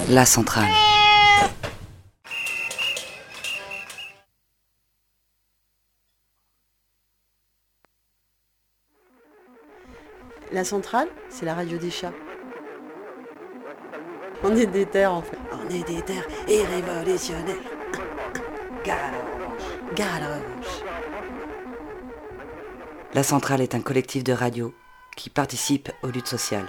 La centrale. La centrale, c'est la radio des chats. On est des terres en fait. On est des terres et révolutionnaires. Gare à la revanche. Gare à la revanche. La centrale est un collectif de radio qui participe aux luttes sociales.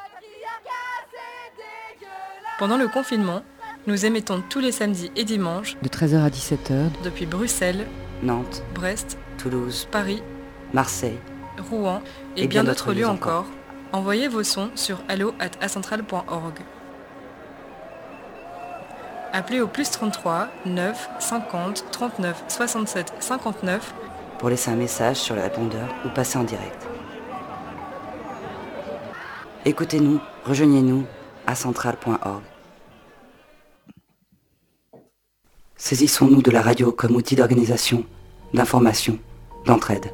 Pendant le confinement, nous émettons tous les samedis et dimanches de 13h à 17h depuis Bruxelles, Nantes, Brest, Toulouse, Paris, Marseille, Rouen et bien d'autres lieux encore. Envoyez vos sons sur allo@acentrale.org. Appelez au +33 9 50 39 67 59 pour laisser un message sur le répondeur ou passer en direct. Écoutez-nous, rejoignez-nous à centrale.org. Saisissons-nous de la radio comme outil d'organisation, d'information, d'entraide.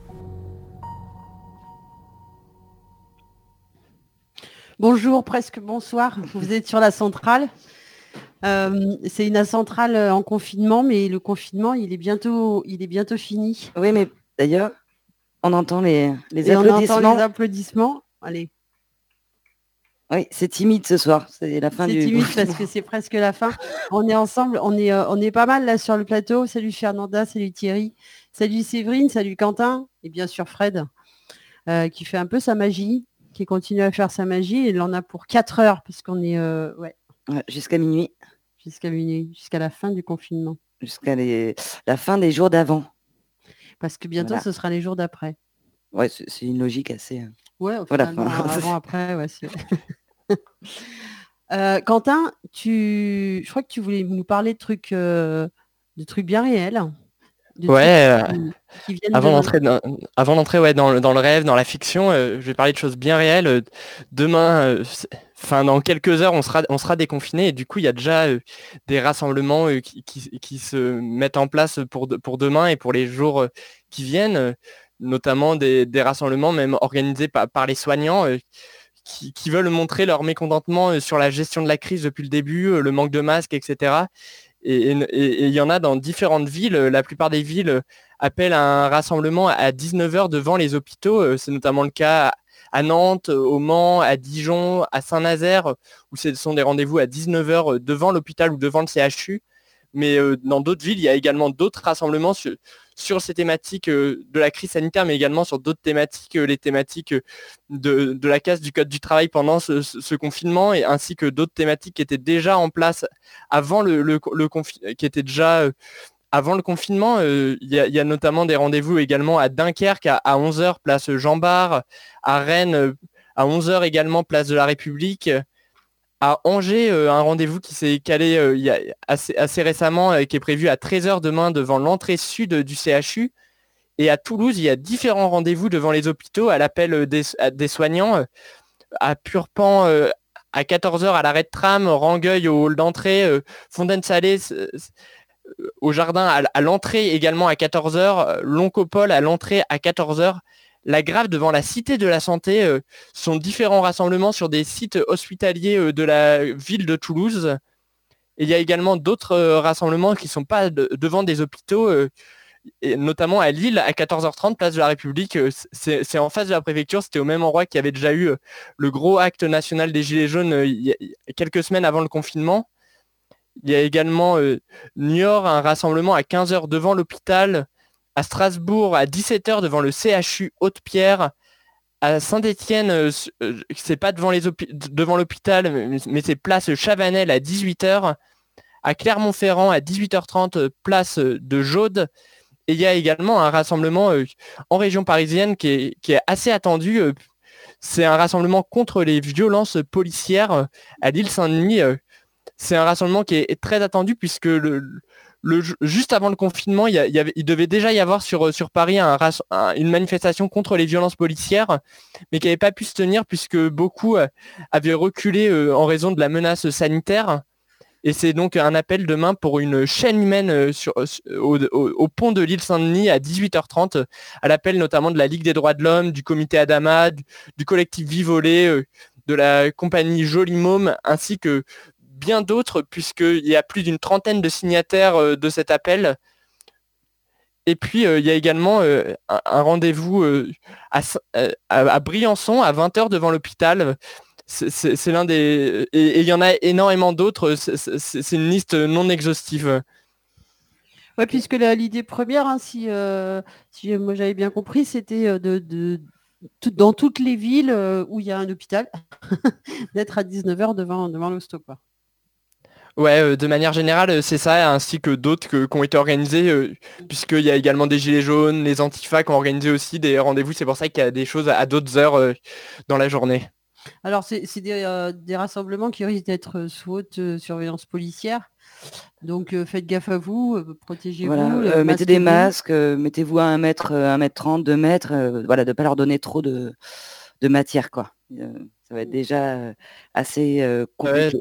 Bonjour, presque bonsoir. Vous êtes sur la centrale. C'est une centrale en confinement, mais le confinement, il est bientôt fini. Oui, mais d'ailleurs, on entend les Et applaudissements. on entend les applaudissements. Allez. Oui, c'est timide ce soir. C'est la fin du. C'est timide parce que c'est presque la fin. On est ensemble. On est pas mal là sur le plateau. Salut Fernanda, salut Thierry, salut Séverine, salut Quentin et bien sûr Fred qui fait un peu sa magie, qui continue à faire sa magie. Il en a pour 4 heures parce qu'on est jusqu'à minuit. Jusqu'à minuit, jusqu'à la fin du confinement. Jusqu'à la fin des jours d'avant. Parce que bientôt, Voilà. Ce sera les jours d'après. Ouais, c'est une logique assez... Ouais, voilà. Avant, après, ouais. Quentin, je crois que tu voulais nous parler de trucs bien réels. Avant d'entrer dans le rêve, dans la fiction, je vais parler de choses bien réelles. Demain, dans quelques heures, on sera déconfiné et du coup, il y a déjà des rassemblements qui se mettent en place pour demain et pour les jours qui viennent, notamment des rassemblements même organisés par les soignants qui veulent montrer leur mécontentement sur la gestion de la crise depuis le début, le manque de masques, etc. Et il y en a dans différentes villes. La plupart des villes appellent à un rassemblement à 19h devant les hôpitaux. C'est notamment le cas à Nantes, au Mans, à Dijon, à Saint-Nazaire, où ce sont des rendez-vous à 19h devant l'hôpital ou devant le CHU. Mais dans d'autres villes, il y a également d'autres rassemblements sur ces thématiques de la crise sanitaire, mais également sur d'autres thématiques, les thématiques de la casse du code du travail pendant ce confinement, et ainsi que d'autres thématiques qui étaient déjà en place avant avant le confinement. Il y a notamment des rendez-vous également à Dunkerque à 11h, place Jean Bart, à Rennes à 11h également, place de la République. À Angers, un rendez-vous qui s'est calé il y a assez récemment, qui est prévu à 13h demain devant l'entrée sud du CHU. Et à Toulouse, il y a différents rendez-vous devant les hôpitaux à l'appel des soignants. À Purpan, à 14h à l'arrêt de tram, Rangueil au hall d'entrée, Fontaine-Salée au jardin à l'entrée également à 14h, Loncopole à l'entrée à 14h. La Grave devant la Cité de la Santé, sont différents rassemblements sur des sites hospitaliers de la ville de Toulouse. Et il y a également d'autres rassemblements qui ne sont pas devant des hôpitaux, et notamment à Lille à 14h30, place de la République. C'est en face de la préfecture, c'était au même endroit qu'il y avait déjà eu le gros acte national des Gilets jaunes il y a quelques semaines avant le confinement. Il y a également Niort, un rassemblement à 15h devant l'hôpital. À Strasbourg, à 17h devant le CHU Haute-Pierre. À Saint-Étienne, c'est pas devant l'hôpital, mais c'est place Chavanel à 18h. À Clermont-Ferrand, à 18h30, place de Jaude. Et il y a également un rassemblement en région parisienne qui est assez attendu. C'est un rassemblement contre les violences policières à l'île Saint-Denis. C'est un rassemblement qui est très attendu puisque juste avant le confinement, il devait déjà y avoir sur Paris une manifestation contre les violences policières, mais qui n'avait pas pu se tenir puisque beaucoup avaient reculé en raison de la menace sanitaire. Et c'est donc un appel demain pour une chaîne humaine au pont de l'île Saint-Denis à 18h30, à l'appel notamment de la Ligue des droits de l'homme, du comité Adama, du collectif Vivolé, de la compagnie Joli Môme, ainsi que bien d'autres, puisqu'il y a plus d'une trentaine de signataires de cet appel. Et puis, il y a également un rendez-vous à Briançon, à 20h devant l'hôpital. C'est l'un des... Et il y en a énormément d'autres. C'est une liste non exhaustive. Ouais, puisque l'idée première, hein, si moi j'avais bien compris, c'était dans toutes les villes où il y a un hôpital, d'être à 19h devant l'hosto, quoi. Ouais, de manière générale, c'est ça, ainsi que d'autres qui ont été organisés, puisqu'il y a également des Gilets jaunes, les Antifa qui ont organisé aussi des rendez-vous. C'est pour ça qu'il y a des choses à d'autres heures dans la journée. Alors, c'est des rassemblements qui risquent d'être sous haute surveillance policière. Donc, faites gaffe à vous, protégez-vous. Voilà, mettez des masques, mettez-vous à 1 mètre, 1 mètre 30, 2 mètres, voilà, de ne pas leur donner trop de matière, quoi. Ça va être déjà assez compliqué.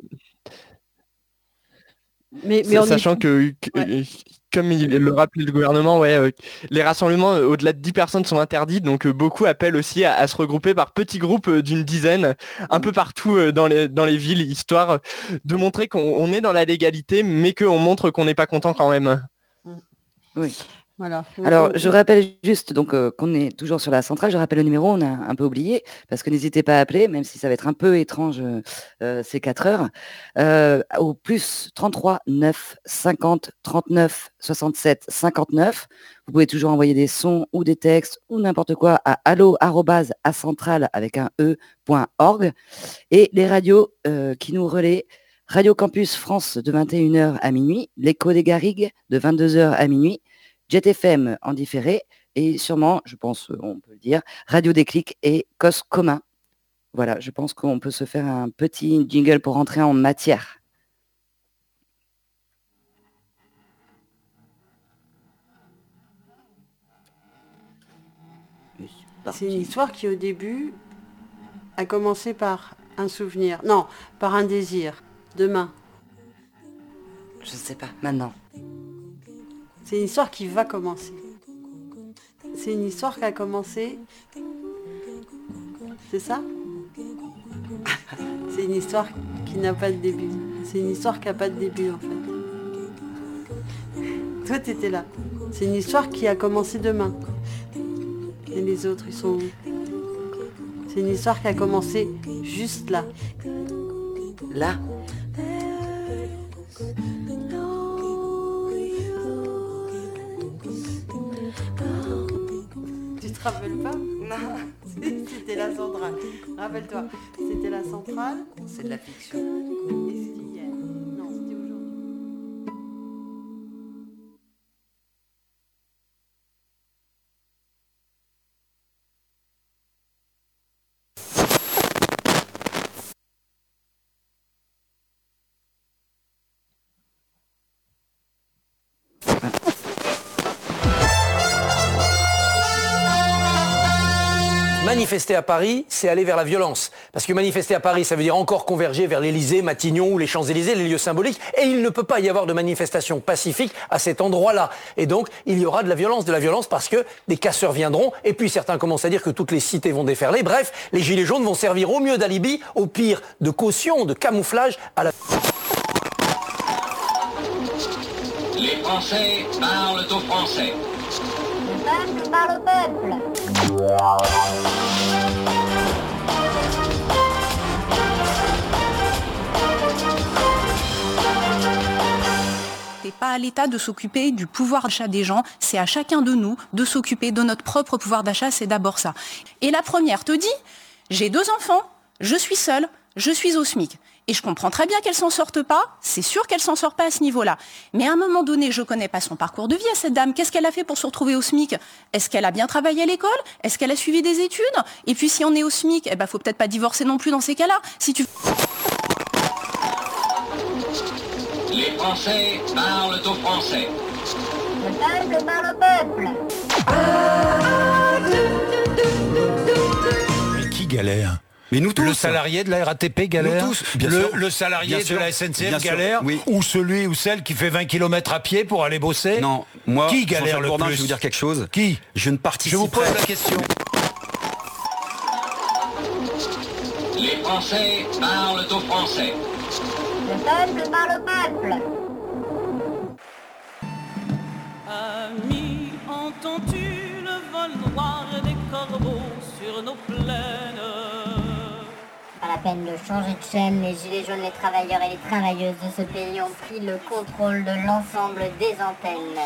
Mais sachant que comme il le rappelait le gouvernement, les rassemblements au-delà de 10 personnes sont interdits, donc beaucoup appellent aussi à se regrouper par petits groupes d'une dizaine, un peu partout dans les villes, histoire de montrer qu'on est dans la légalité, mais qu'on montre qu'on n'est pas content quand même. Oui. Voilà. Alors, je rappelle juste qu'on est toujours sur la centrale. Je rappelle le numéro, on a un peu oublié, parce que n'hésitez pas à appeler, même si ça va être un peu étrange ces 4 heures, au plus 33 9 50 39 67 59. Vous pouvez toujours envoyer des sons ou des textes ou n'importe quoi à allo@acentrale avec un e.org. Et les radios qui nous relaient: Radio Campus France de 21h à minuit, l'Écho des Garrigues de 22h à minuit, Jet FM en différé et sûrement, je pense, on peut le dire, Radio Déclic et Cause Commun. Voilà, je pense qu'on peut se faire un petit jingle pour rentrer en matière. C'est une histoire qui, au début, a commencé par un souvenir. Non, par un désir. Demain. Je ne sais pas, maintenant. C'est une histoire qui va commencer. C'est une histoire qui a commencé. C'est ça? C'est une histoire qui n'a pas de début. C'est une histoire qui n'a pas de début, en fait. Toi, t'étais là. C'est une histoire qui a commencé demain. Et les autres, ils sont où? C'est une histoire qui a commencé juste là. Là? Tu te rappelles pas? Non. C'était la centrale. Rappelle-toi, c'était la centrale. C'est de la fiction. Et c'était hier. Non, c'était aujourd'hui. Manifester à Paris, c'est aller vers la violence. Parce que manifester à Paris, ça veut dire encore converger vers l'Élysée, Matignon ou les Champs-Élysées, les lieux symboliques. Et il ne peut pas y avoir de manifestation pacifique à cet endroit-là. Et donc, il y aura de la violence parce que des casseurs viendront. Et puis, certains commencent à dire que toutes les cités vont déferler. Bref, les gilets jaunes vont servir au mieux d'alibi, au pire de caution, de camouflage à la... Les Français parlent aux Français. Le peuple parle au peuple. C'est pas à l'État de s'occuper du pouvoir d'achat des gens, c'est à chacun de nous de s'occuper de notre propre pouvoir d'achat, c'est d'abord ça. Et la première te dit, j'ai 2 enfants, je suis seule, je suis au SMIC. Et je comprends très bien qu'elle s'en sorte pas, c'est sûr qu'elle s'en sort pas à ce niveau-là. Mais à un moment donné, je connais pas son parcours de vie à cette dame. Qu'est-ce qu'elle a fait pour se retrouver au SMIC? Est-ce qu'elle a bien travaillé à l'école? Est-ce qu'elle a suivi des études? Et puis si on est au SMIC, faut peut-être pas divorcer non plus dans ces cas-là. Si tu... Les Français parlent aux Français. Le peuple parle au peuple. Mais qui galère? Mais nous tous. Le salarié de la RATP galère. Nous tous, bien sûr. Le salarié Bien de sûr. la SNCF Bien sûr. galère. Oui. Ou celui ou celle qui fait 20 km à pied pour aller bosser. Non, moi, Qui galère Jean-Jacques le Bourdin, plus? je vais vous dire quelque chose. Qui? Je ne Je participerai... vous pose la question. Les Français parlent aux Français. Le peuple par le peuple. Ami, entends-tu le vol noir des corbeaux sur nos plaines? Pas la peine de changer de chaîne, les gilets jaunes, les travailleurs et les travailleuses de ce pays ont pris le contrôle de l'ensemble des antennes.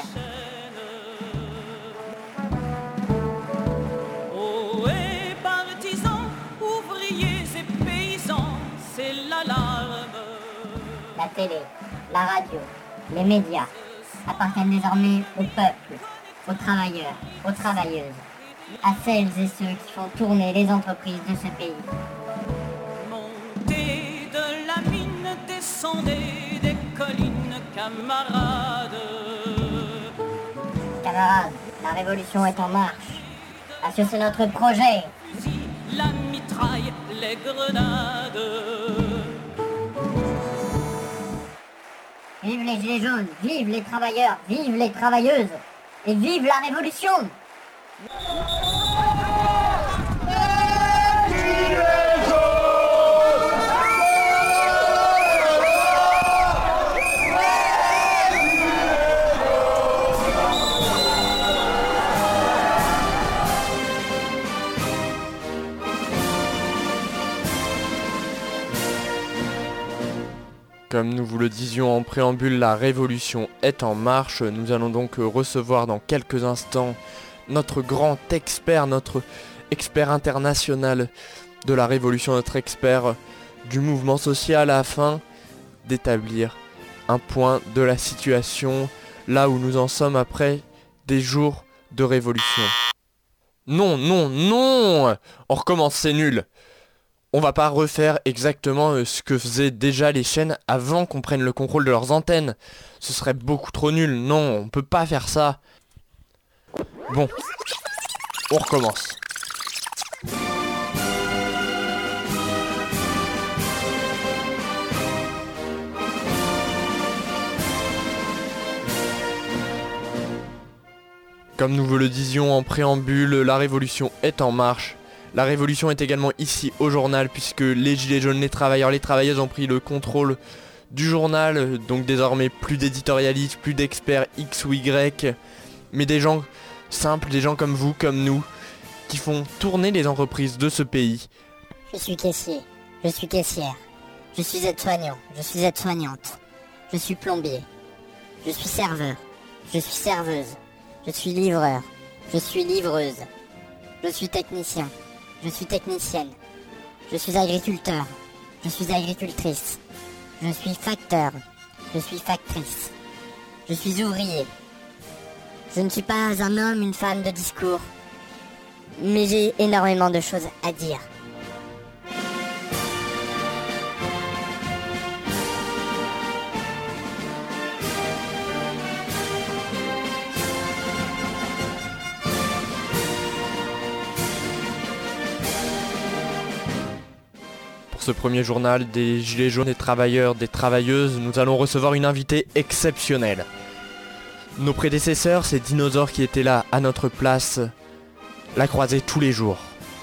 Oh, et partisans, ouvriers et paysans, c'est l'alarme. La télé, la radio, les médias appartiennent désormais au peuple, aux travailleurs, aux travailleuses, à celles et ceux qui font tourner les entreprises de ce pays. Montez de la mine, descendez des collines, camarades. Camarades, la révolution est en marche. Parce que c'est notre projet. La mitraille, les grenades. Vive les gilets jaunes, vive les travailleurs, vive les travailleuses, et vive la révolution! Comme nous vous le disions en préambule, la révolution est en marche. Nous allons donc recevoir dans quelques instants notre grand expert, notre expert international de la révolution, notre expert du mouvement social afin d'établir un point de la situation là où nous en sommes après des jours de révolution. Non, non, non! On recommence, c'est nul! On va pas refaire exactement ce que faisaient déjà les chaînes avant qu'on prenne le contrôle de leurs antennes. Ce serait beaucoup trop nul. Non, on peut pas faire ça. Bon, on recommence. Comme nous vous le disions en préambule, la révolution est en marche. La révolution est également ici au journal puisque les gilets jaunes, les travailleurs, les travailleuses ont pris le contrôle du journal. Donc désormais plus d'éditorialistes, plus d'experts X ou Y, mais des gens simples, des gens comme vous, comme nous, qui font tourner les entreprises de ce pays. Je suis caissier, je suis caissière, je suis aide-soignant, je suis aide-soignante, je suis plombier, je suis serveur, je suis serveuse, je suis livreur, je suis livreuse, je suis technicien. Je suis technicienne, je suis agriculteur, je suis agricultrice, je suis facteur, je suis factrice, je suis ouvrier. Je ne suis pas un homme, une femme de discours, mais j'ai énormément de choses à dire. Ce premier journal des gilets jaunes, des travailleurs, des travailleuses, nous allons recevoir une invitée exceptionnelle. Nos prédécesseurs, ces dinosaures qui étaient là à notre place, la croisaient tous les jours.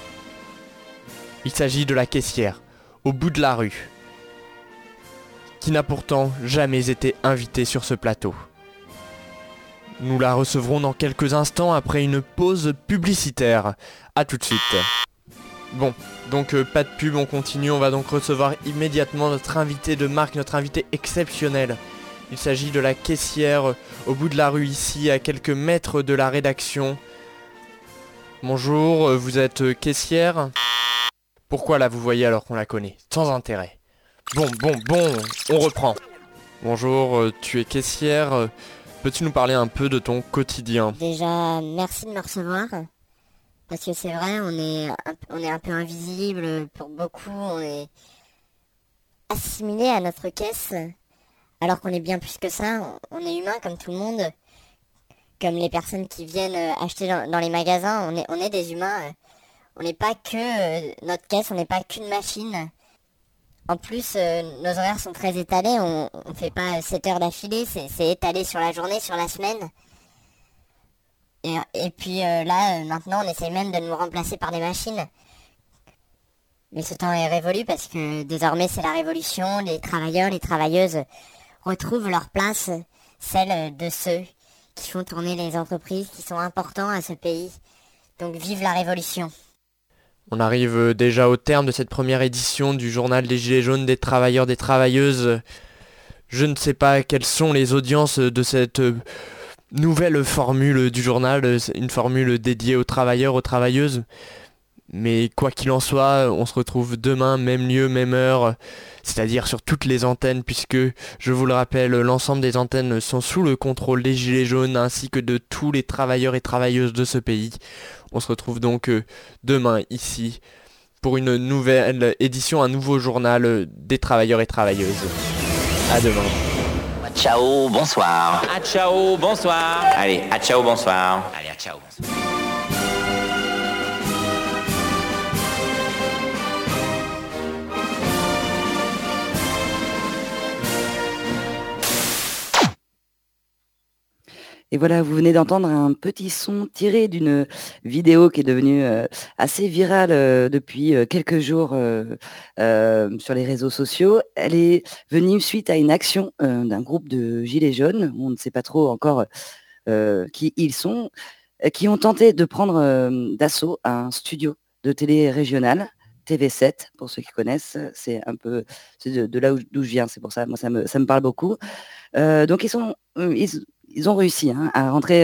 Il s'agit de la caissière, au bout de la rue, qui n'a pourtant jamais été invitée sur ce plateau. Nous la recevrons dans quelques instants après une pause publicitaire. A tout de suite. Bon, donc pas de pub, on continue, on va donc recevoir immédiatement notre invité de marque, notre invité exceptionnel. Il s'agit de la caissière au bout de la rue ici, à quelques mètres de la rédaction. Bonjour, vous êtes caissière? Pourquoi la vous voyez alors qu'on la connaît? Sans intérêt. Bon, on reprend. Bonjour, tu es caissière, peux-tu nous parler un peu de ton quotidien? Déjà, merci de me recevoir. Parce que c'est vrai, on est un peu invisible pour beaucoup, on est assimilé à notre caisse, alors qu'on est bien plus que ça, on est humain comme tout le monde, comme les personnes qui viennent acheter dans les magasins, on est des humains, on n'est pas que notre caisse, on n'est pas qu'une machine. En plus, nos horaires sont très étalés, on fait pas 7 heures d'affilée, c'est étalé sur la journée, sur la semaine. Et puis là, maintenant, on essaie même de nous remplacer par des machines. Mais ce temps est révolu parce que désormais c'est la révolution. Les travailleurs, les travailleuses retrouvent leur place, celle de ceux qui font tourner les entreprises qui sont importants à ce pays. Donc vive la révolution. On arrive déjà au terme de cette première édition du journal des Gilets jaunes, des travailleurs, des travailleuses. Je ne sais pas quelles sont les audiences de cette nouvelle formule du journal, une formule dédiée aux travailleurs, aux travailleuses. Mais quoi qu'il en soit, on se retrouve demain, même lieu, même heure, c'est-à-dire sur toutes les antennes, puisque, je vous le rappelle, l'ensemble des antennes sont sous le contrôle des Gilets jaunes, ainsi que de tous les travailleurs et travailleuses de ce pays. On se retrouve donc demain, ici, pour une nouvelle édition, un nouveau journal des travailleurs et travailleuses. À demain. Ciao, bonsoir. Ah ciao, bonsoir. Allez, à ciao, bonsoir. Allez, à ciao, bonsoir. Et voilà, vous venez d'entendre un petit son tiré d'une vidéo qui est devenue assez virale depuis quelques jours sur les réseaux sociaux. Elle est venue suite à une action d'un groupe de gilets jaunes, on ne sait pas trop encore qui ils sont, qui ont tenté de prendre d'assaut un studio de télé régionale, TV7, pour ceux qui connaissent, c'est un peu de là d'où je viens, c'est pour ça, moi ça me parle beaucoup. Donc ils ont réussi à rentrer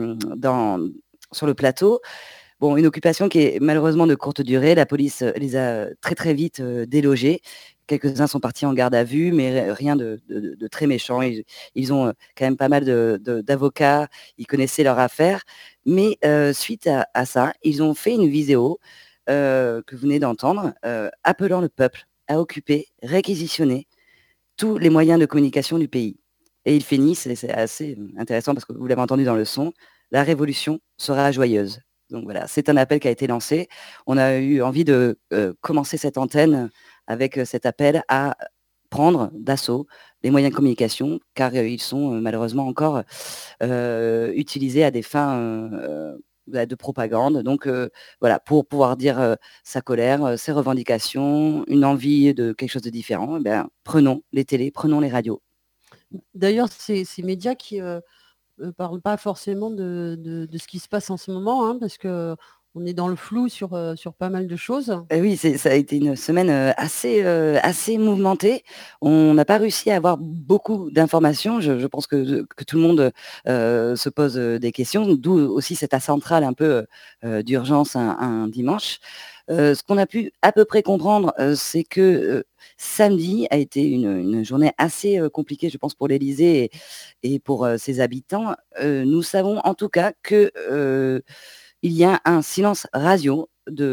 sur le plateau. Bon, une occupation qui est malheureusement de courte durée. La police les a très très vite délogés. Quelques-uns sont partis en garde à vue, mais rien de très méchant. Ils ont quand même pas mal d'avocats, ils connaissaient leur affaire. Mais suite à ça, ils ont fait une vidéo que vous venez d'entendre, appelant le peuple à occuper, réquisitionner tous les moyens de communication du pays. Et ils finissent, et c'est assez intéressant parce que vous l'avez entendu dans le son, la révolution sera joyeuse. Donc voilà, c'est un appel qui a été lancé. On a eu envie de commencer cette antenne avec cet appel à prendre d'assaut les moyens de communication, car ils sont malheureusement encore utilisés à des fins de propagande. Donc voilà, pour pouvoir dire sa colère, ses revendications, une envie de quelque chose de différent, prenons les télés, prenons les radios. D'ailleurs, ces médias qui parlent pas forcément de ce qui se passe en ce moment, parce qu'on est dans le flou sur pas mal de choses. Et oui, ça a été une semaine assez mouvementée. On n'a pas réussi à avoir beaucoup d'informations. Je pense que tout le monde se pose des questions, d'où aussi cette centrale un peu d'urgence un dimanche. Ce qu'on a pu à peu près comprendre, c'est que samedi a été une journée assez compliquée, je pense, pour l'Élysée et pour ses habitants. Nous savons en tout cas que il y a un silence radio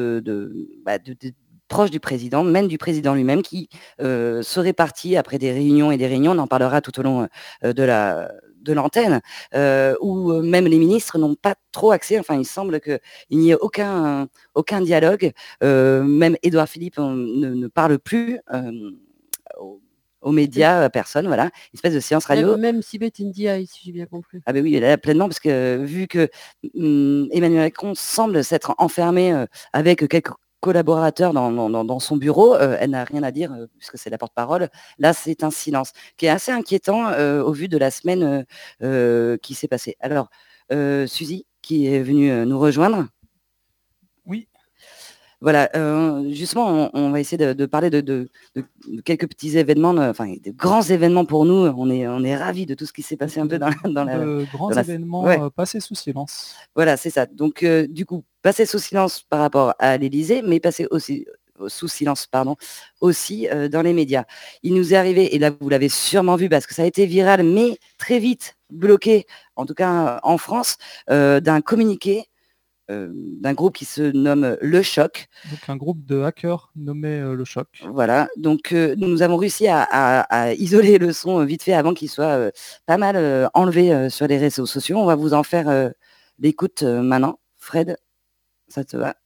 proche du président, même du président lui-même, qui serait parti après des réunions et des réunions, on en parlera tout au long de l'antenne, où même les ministres n'ont pas trop accès, enfin il semble qu'il n'y ait aucun dialogue, même Édouard Philippe ne parle plus aux médias, à personne, voilà, une espèce de séance radio. Même Sibeth Ndiaye, si j'ai bien compris. Ah ben oui, là, pleinement, parce que vu que Emmanuel Macron semble s'être enfermé avec quelques collaborateurs dans son bureau, elle n'a rien à dire, puisque c'est la porte-parole. Là, c'est un silence qui est assez inquiétant au vu de la semaine qui s'est passée. Alors, Suzy, qui est venue nous rejoindre. Oui. Voilà, justement, on va essayer de parler de quelques petits événements, enfin, de grands événements pour nous. On est ravis de tout ce qui s'est passé un peu dans la... De grands événements passés sous silence. Voilà, c'est ça. Donc, du coup, passer sous silence par rapport à l'Élysée, mais passer aussi sous silence, aussi dans les médias. Il nous est arrivé, et là, vous l'avez sûrement vu, parce que ça a été viral, mais très vite bloqué, en tout cas en France, d'un communiqué d'un groupe qui se nomme Le Choc. Donc un groupe de hackers nommé Le Choc. Voilà, donc nous avons réussi à isoler le son vite fait avant qu'il soit pas mal enlevé sur les réseaux sociaux. On va vous en faire l'écoute maintenant. Fred, ça te va?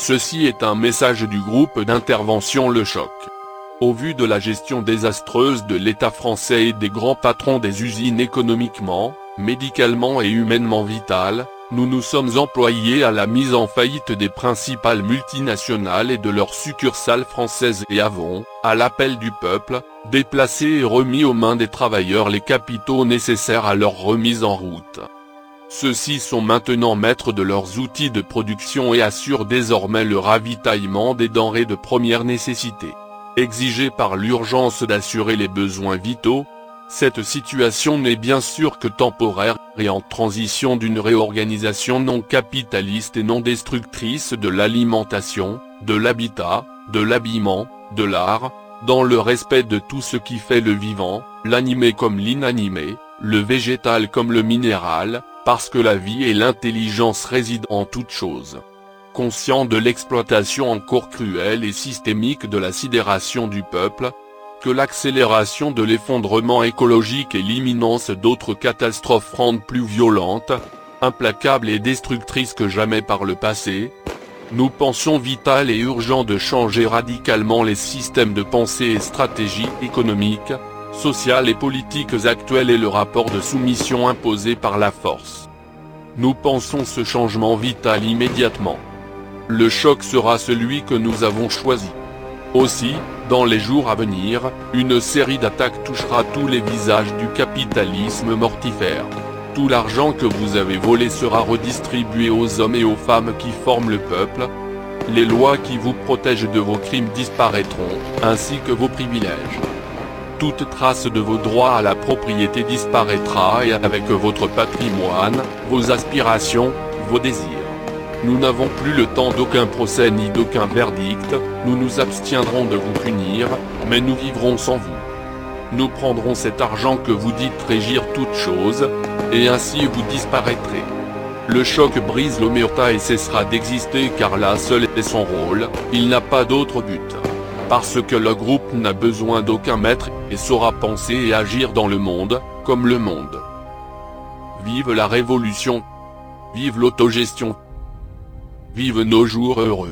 Ceci est un message du groupe d'intervention Le Choc. Au vu de la gestion désastreuse de l'État français et des grands patrons des usines économiquement, médicalement et humainement vitales, nous nous sommes employés à la mise en faillite des principales multinationales et de leurs succursales françaises et avons, à l'appel du peuple, déplacé et remis aux mains des travailleurs les capitaux nécessaires à leur remise en route. Ceux-ci sont maintenant maîtres de leurs outils de production et assurent désormais le ravitaillement des denrées de première nécessité. Exigé par l'urgence d'assurer les besoins vitaux, cette situation n'est bien sûr que temporaire et en transition d'une réorganisation non capitaliste et non destructrice de l'alimentation, de l'habitat, de l'habillement, de l'art, dans le respect de tout ce qui fait le vivant, l'animé comme l'inanimé, le végétal comme le minéral, parce que la vie et l'intelligence résident en toute chose. Conscient de l'exploitation encore cruelle et systémique de la sidération du peuple, que l'accélération de l'effondrement écologique et l'imminence d'autres catastrophes rendent plus violentes, implacables et destructrices que jamais par le passé, nous pensons vital et urgent de changer radicalement les systèmes de pensée et stratégies économiques, sociales et politiques actuelles et le rapport de soumission imposé par la force. Nous pensons ce changement vital immédiatement. Le choc sera celui que nous avons choisi. Aussi, dans les jours à venir, une série d'attaques touchera tous les visages du capitalisme mortifère. Tout l'argent que vous avez volé sera redistribué aux hommes et aux femmes qui forment le peuple. Les lois qui vous protègent de vos crimes disparaîtront, ainsi que vos privilèges. Toute trace de vos droits à la propriété disparaîtra et avec votre patrimoine, vos aspirations, vos désirs. Nous n'avons plus le temps d'aucun procès ni d'aucun verdict, nous nous abstiendrons de vous punir, mais nous vivrons sans vous. Nous prendrons cet argent que vous dites régir toutes choses, et ainsi vous disparaîtrez. Le choc brise l'omerta et cessera d'exister car là seul est son rôle, il n'a pas d'autre but. Parce que le groupe n'a besoin d'aucun maître et saura penser et agir dans le monde, comme le monde. Vive la révolution. Vive l'autogestion. Vive nos jours heureux.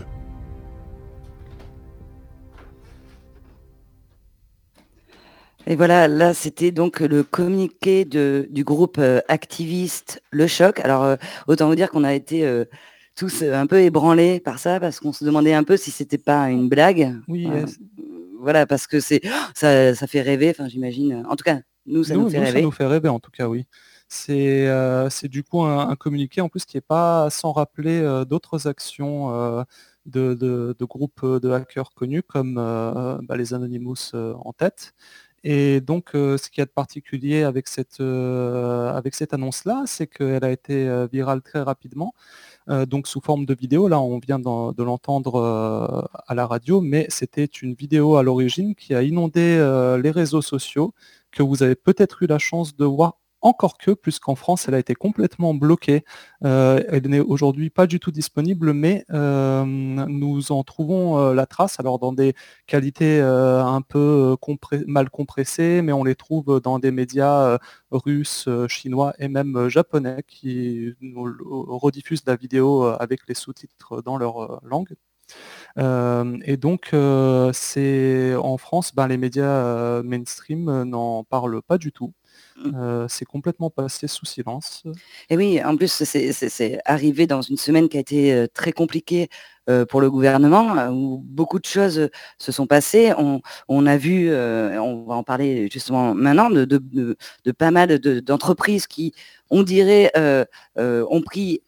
Et voilà, là c'était donc le communiqué du groupe activiste Le Choc. Alors autant vous dire qu'on a été tous un peu ébranlés par ça parce qu'on se demandait un peu si c'était pas une blague. Oui, voilà, parce que ça fait rêver, enfin j'imagine. En tout cas, nous nous fait rêver. Ça nous fait rêver en tout cas, oui. C'est du coup un communiqué en plus qui n'est pas sans rappeler d'autres actions de groupes de hackers connus comme les Anonymous en tête. Et donc ce qui est particulier avec cette annonce-là, c'est qu'elle a été virale très rapidement, donc sous forme de vidéo. Là, on vient de l'entendre à la radio, mais c'était une vidéo à l'origine qui a inondé les réseaux sociaux, que vous avez peut-être eu la chance de voir. Encore que, puisqu'en France, elle a été complètement bloquée. Elle n'est aujourd'hui pas du tout disponible, mais nous en trouvons la trace, alors dans des qualités un peu mal compressées, mais on les trouve dans des médias russes, chinois et même japonais qui nous rediffusent la vidéo avec les sous-titres dans leur langue. Et donc, c'est en France, les médias mainstream n'en parlent pas du tout. C'est complètement passé sous silence. Et oui, en plus, c'est arrivé dans une semaine qui a été très compliquée pour le gouvernement, où beaucoup de choses se sont passées. On a vu, on va en parler justement maintenant, de pas mal d'entreprises qui, on dirait, ont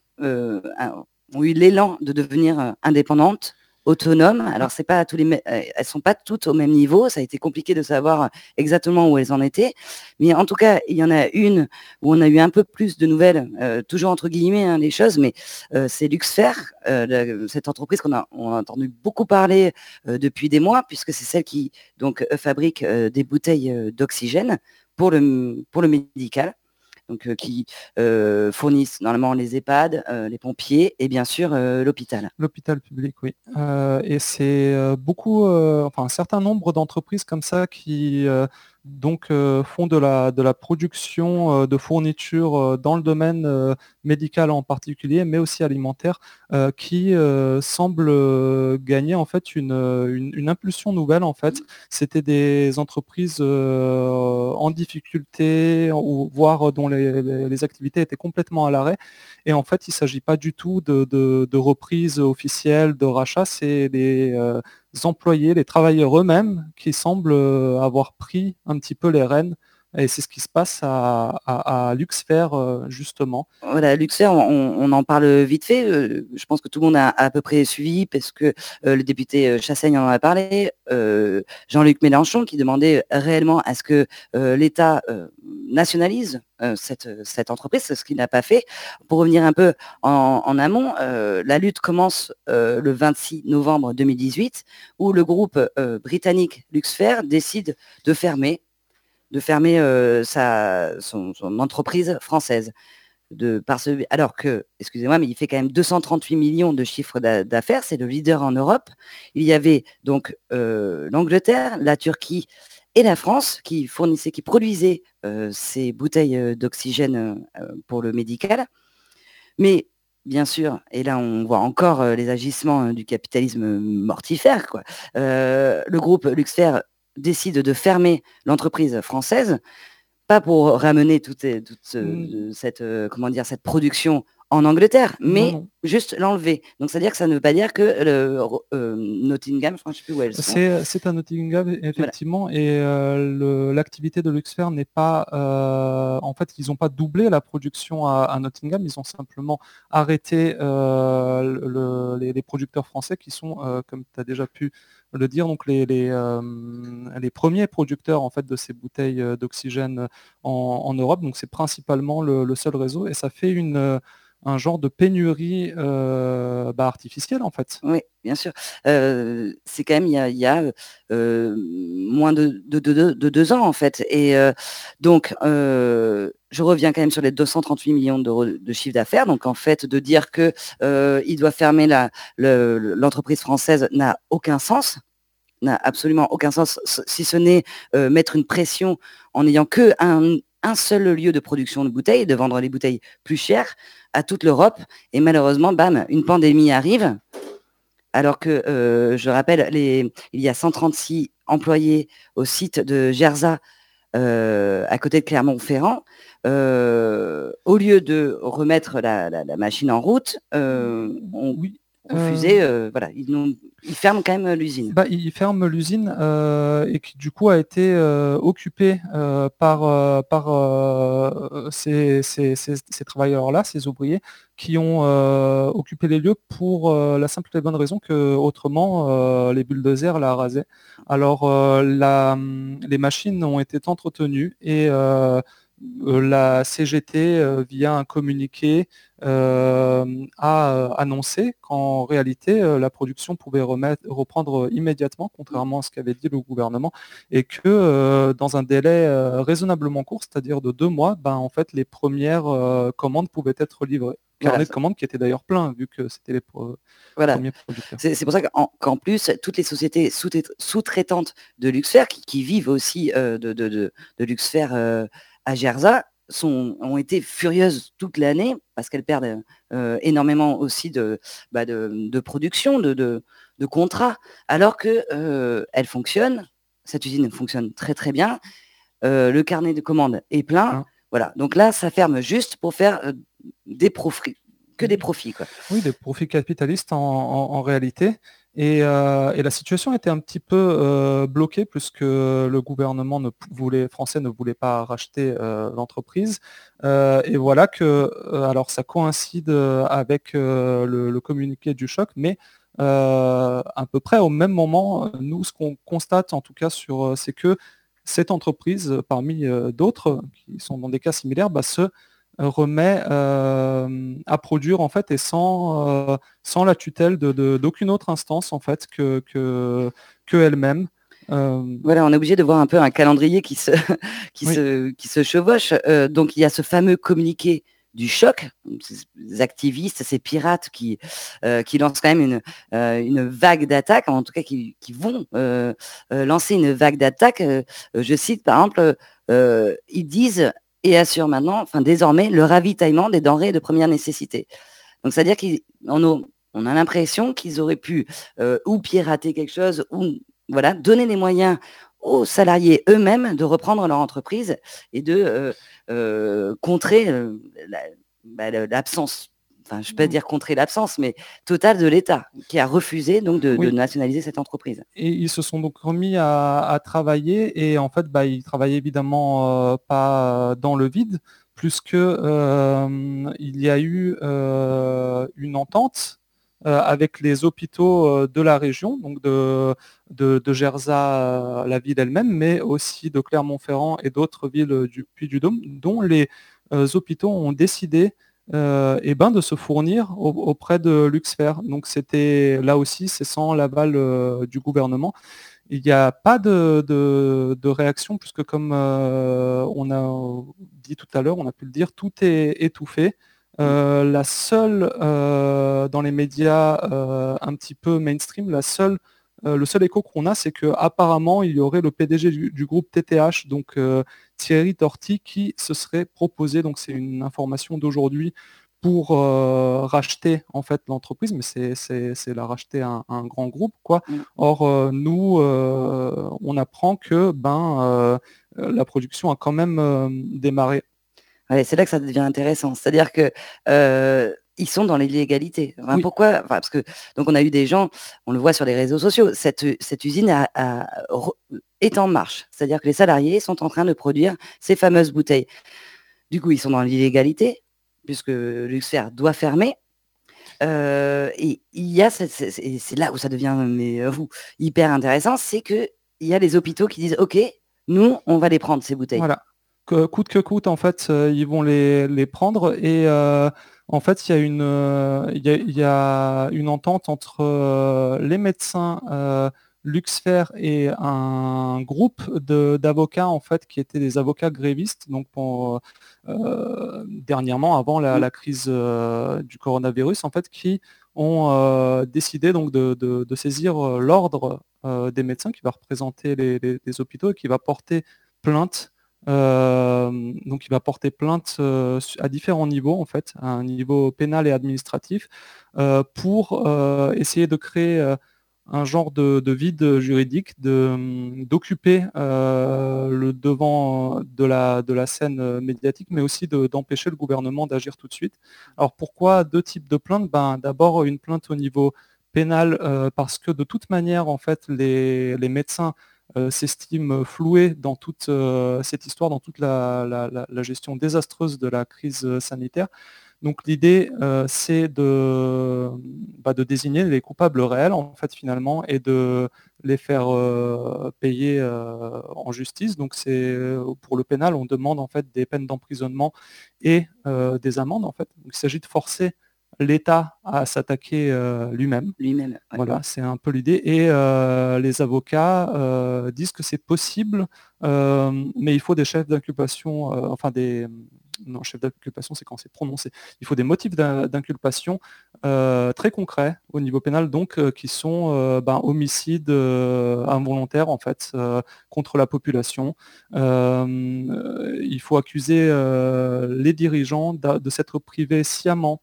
eu l'élan de devenir indépendantes, autonomes. Alors c'est pas elles sont pas toutes au même niveau. Ça a été compliqué de savoir exactement où elles en étaient, mais en tout cas il y en a une où on a eu un peu plus de nouvelles, toujours entre guillemets les choses, mais c'est Luxfer, cette entreprise qu'on a entendu beaucoup parler depuis des mois, puisque c'est celle qui donc fabrique des bouteilles d'oxygène pour le médical. Donc, qui fournissent normalement les EHPAD, les pompiers et bien sûr l'hôpital. L'hôpital public, oui. Et c'est beaucoup, un certain nombre d'entreprises comme ça qui, donc font de la production de fournitures dans le domaine médical en particulier, mais aussi alimentaire, qui semble gagner en fait une impulsion nouvelle en fait. C'était des entreprises en difficulté, ou voire dont les activités étaient complètement à l'arrêt. Et en fait, il ne s'agit pas du tout de reprise officielle, de rachat, c'est des employés, les travailleurs eux-mêmes qui semblent avoir pris un petit peu les rênes. Et c'est ce qui se passe à Luxfer, justement. Voilà, Luxfer, on en parle vite fait. Je pense que tout le monde a à peu près suivi parce que le député Chassaigne en a parlé. Jean-Luc Mélenchon qui demandait réellement à ce que l'État nationalise cette entreprise, c'est ce qu'il n'a pas fait. Pour revenir un peu en amont, la lutte commence le 26 novembre 2018 où le groupe britannique Luxfer décide de fermer son entreprise française. Alors que, excusez-moi, mais il fait quand même 238 millions de chiffre d'affaires, c'est le leader en Europe. Il y avait donc l'Angleterre, la Turquie et la France qui produisaient ces bouteilles d'oxygène pour le médical. Mais bien sûr, et là on voit encore les agissements du capitalisme mortifère, quoi. Le groupe Luxfer décide de fermer l'entreprise française, pas pour ramener toute cette production en Angleterre, mais juste l'enlever. Donc, c'est-à-dire que ça ne veut pas dire que Nottingham, je ne sais plus où elles sont. C'est à Nottingham, effectivement, voilà. Et l'activité de Luxfer n'est pas... en fait, ils n'ont pas doublé la production à Nottingham, ils ont simplement arrêté les producteurs français qui sont, comme tu as déjà pu le dire, donc les premiers producteurs en fait, de ces bouteilles d'oxygène en Europe. Donc, c'est principalement le seul réseau, et ça fait un genre de pénurie artificielle en fait. Oui, bien sûr. C'est quand même il y a moins de 2 ans en fait. Et donc, je reviens quand même sur les 238 millions d'euros de chiffre d'affaires. Donc en fait, de dire que il doit fermer l'entreprise française n'a aucun sens. N'a absolument aucun sens, si ce n'est mettre une pression en n'ayant que un seul lieu de production de bouteilles, de vendre les bouteilles plus chères à toute l'Europe. Et malheureusement, bam, une pandémie arrive. Alors que, je rappelle, il y a 136 employés au site de Gerza, à côté de Clermont-Ferrand. Au lieu de remettre la machine en route, on refusait, voilà, ils ferment quand même l'usine. Ils ferment l'usine et qui du coup a été occupée par ces travailleurs-là, ces ouvriers, qui ont occupé les lieux pour la simple et bonne raison que autrement les bulldozers la rasaient. Alors les machines ont été entretenues et la CGT, via un communiqué, a annoncé qu'en réalité, la production pouvait reprendre immédiatement, contrairement à ce qu'avait dit le gouvernement, et que dans un délai raisonnablement court, c'est-à-dire de 2 mois, en fait, les premières commandes pouvaient être livrées. Carnet de commandes qui était d'ailleurs plein, vu que c'était les premiers producteurs. C'est pour ça qu'en plus, toutes les sociétés sous-traitantes de Luxfer, qui vivent aussi de Luxfer à Gerza, ont été furieuses toute l'année parce qu'elles perdent énormément aussi de production, de contrats, alors que elle fonctionne, cette usine fonctionne très très bien, le carnet de commandes est plein, voilà. Donc là, ça ferme juste pour faire des profits, quoi. Oui, des profits capitalistes en réalité. Et la situation était un petit peu bloquée puisque le gouvernement français ne voulait pas racheter l'entreprise. Et voilà que, alors ça coïncide avec le communiqué du choc, mais à peu près au même moment, nous, ce qu'on constate en tout cas c'est que cette entreprise, parmi d'autres qui sont dans des cas similaires, se remet à produire en fait, et sans la tutelle d'aucune autre instance en fait que elle-même. Voilà, on est obligé de voir un peu un calendrier qui se chevauche. Donc il y a ce fameux communiqué du choc, ces activistes, ces pirates qui lancent quand même une vague d'attaques, en tout cas qui vont lancer une vague d'attaques. Je cite par exemple, ils disent et assurent maintenant, enfin désormais, le ravitaillement des denrées de première nécessité. Donc c'est-à-dire on a l'impression qu'ils auraient pu ou pirater quelque chose ou voilà, donner les moyens aux salariés eux-mêmes de reprendre leur entreprise et de contrer l'absence, enfin je ne peux pas dire contrer l'absence, mais totale de l'État qui a refusé donc de nationaliser cette entreprise. Et ils se sont donc remis à travailler et en fait ils travaillaient évidemment pas dans le vide puisque il y a eu une entente avec les hôpitaux de la région, donc de Gerza, la ville elle-même, mais aussi de Clermont-Ferrand et d'autres villes du Puy-du-Dôme, dont les hôpitaux ont décidé de se fournir auprès de Luxfer. Donc c'était là aussi, c'est sans l'aval du gouvernement. Il n'y a pas de réaction, puisque comme on a dit tout à l'heure, on a pu le dire, tout est étouffé. La seule, dans les médias un petit peu mainstream, le seul écho qu'on a, c'est qu'apparemment, il y aurait le PDG du groupe TTH, donc Thierry Torti, qui se serait proposé, donc c'est une information d'aujourd'hui, pour racheter en fait l'entreprise, mais c'est la racheter un grand groupe, quoi. Or, nous, on apprend que la production a quand même démarré. Ouais, c'est là que ça devient intéressant. C'est-à-dire que ils sont dans l'illégalité. Enfin, pourquoi? Parce que donc on a eu des gens, on le voit sur les réseaux sociaux, cette usine est en marche. C'est-à-dire que les salariés sont en train de produire ces fameuses bouteilles. Du coup, ils sont dans l'illégalité, puisque Luxfer doit fermer. Et il y a, c'est là où ça devient hyper intéressant, c'est qu'il y a les hôpitaux qui disent « Ok, nous, on va les prendre, ces bouteilles. » Voilà. Coûte que coûte, en fait, ils vont les prendre et en fait, il y a une entente entre les médecins Luxfer et un groupe d'avocats en fait qui étaient des avocats grévistes. Donc dernièrement, avant la crise du coronavirus, en fait, qui ont décidé donc de saisir l'ordre des médecins qui va représenter les hôpitaux et qui va porter plainte. Donc il va porter plainte à différents niveaux en fait, à un niveau pénal et administratif, pour essayer de créer un genre de vide juridique, d'occuper le devant de la scène médiatique, mais aussi d'empêcher le gouvernement d'agir tout de suite. Alors pourquoi deux types de plaintes? D'abord une plainte au niveau pénal, parce que de toute manière en fait les médecins s'estime floué dans toute cette histoire, dans toute la gestion désastreuse de la crise sanitaire. Donc l'idée, c'est de désigner les coupables réels, en fait, finalement, et de les faire payer en justice. Donc pour le pénal, on demande en fait des peines d'emprisonnement et des amendes, en fait. Donc, il s'agit de forcer l'État à s'attaquer lui-même. Lui-même. Ouais. Voilà, c'est un peu l'idée. Et les avocats disent que c'est possible, mais il faut des chefs d'inculpation, non, chef d'inculpation, c'est quand c'est prononcé. Il faut des motifs d'inculpation très concrets au niveau pénal, donc qui sont homicide involontaire en fait contre la population. Il faut accuser les dirigeants de s'être privés sciemment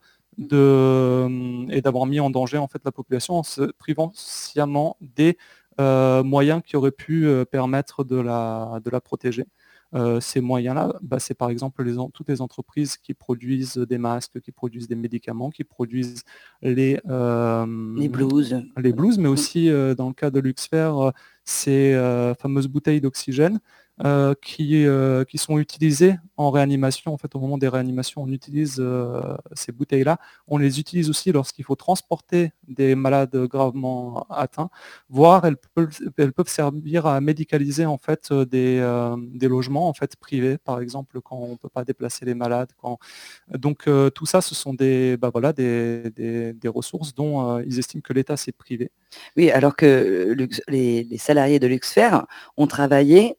et d'avoir mis en danger en fait la population en se privant sciemment des moyens qui auraient pu permettre de la protéger. Ces moyens-là, c'est par exemple toutes les entreprises qui produisent des masques, qui produisent des médicaments, qui produisent les blouses, mais aussi dans le cas de Luxfer, ces fameuses bouteilles d'oxygène qui sont utilisées en réanimation. En fait, au moment des réanimations, on utilise ces bouteilles-là. On les utilise aussi lorsqu'il faut transporter des malades gravement atteints, voire elles peuvent servir à médicaliser en fait des logements en fait privés, par exemple, quand on ne peut pas déplacer les malades. Donc tout ça, ce sont des ressources dont ils estiment que l'État s'est privé. Oui, alors que les salariés de Luxfer ont travaillé dans un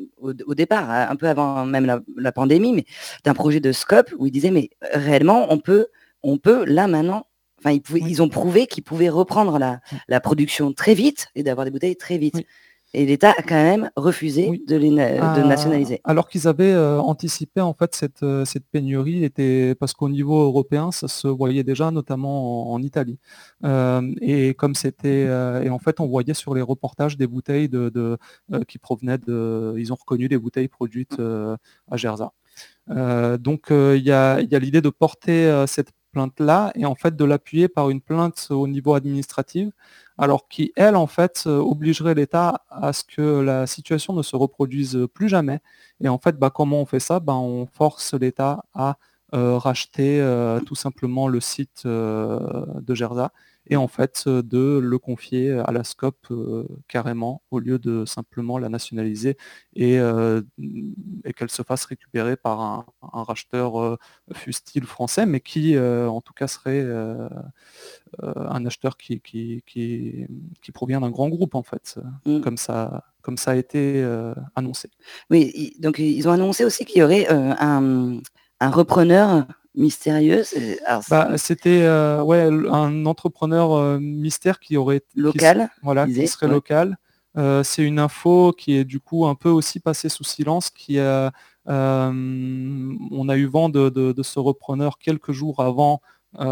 au départ, un peu avant même la pandémie, mais d'un projet de Scope où ils disaient mais réellement on peut là maintenant, enfin ils ont prouvé qu'ils pouvaient reprendre la production très vite et d'avoir des bouteilles très vite. Et l'État a quand même refusé de nationaliser. Alors qu'ils avaient anticipé en fait cette pénurie, parce qu'au niveau européen, ça se voyait déjà, notamment en Italie. Et comme c'était, et en fait, on voyait sur les reportages des bouteilles qui provenaient ils ont reconnu les bouteilles produites à Gerza. Donc il y a l'idée de porter cette plainte-là et en fait de l'appuyer par une plainte au niveau administratif, alors qui, elle, en fait, obligerait l'État à ce que la situation ne se reproduise plus jamais. Et en fait, comment on fait ça? On force l'État à racheter tout simplement le site de Gerza et en fait de le confier à la SCOP carrément, au lieu de simplement la nationaliser et qu'elle se fasse récupérer par un racheteur fût-il français, mais qui en tout cas serait un acheteur qui provient d'un grand groupe en fait, comme ça a été annoncé. Oui, donc ils ont annoncé aussi qu'il y aurait un repreneur mystérieux. C'était un entrepreneur mystère qui aurait local, qui serait local. C'est une info qui est du coup un peu aussi passée sous silence, on a eu vent de ce repreneur quelques jours avant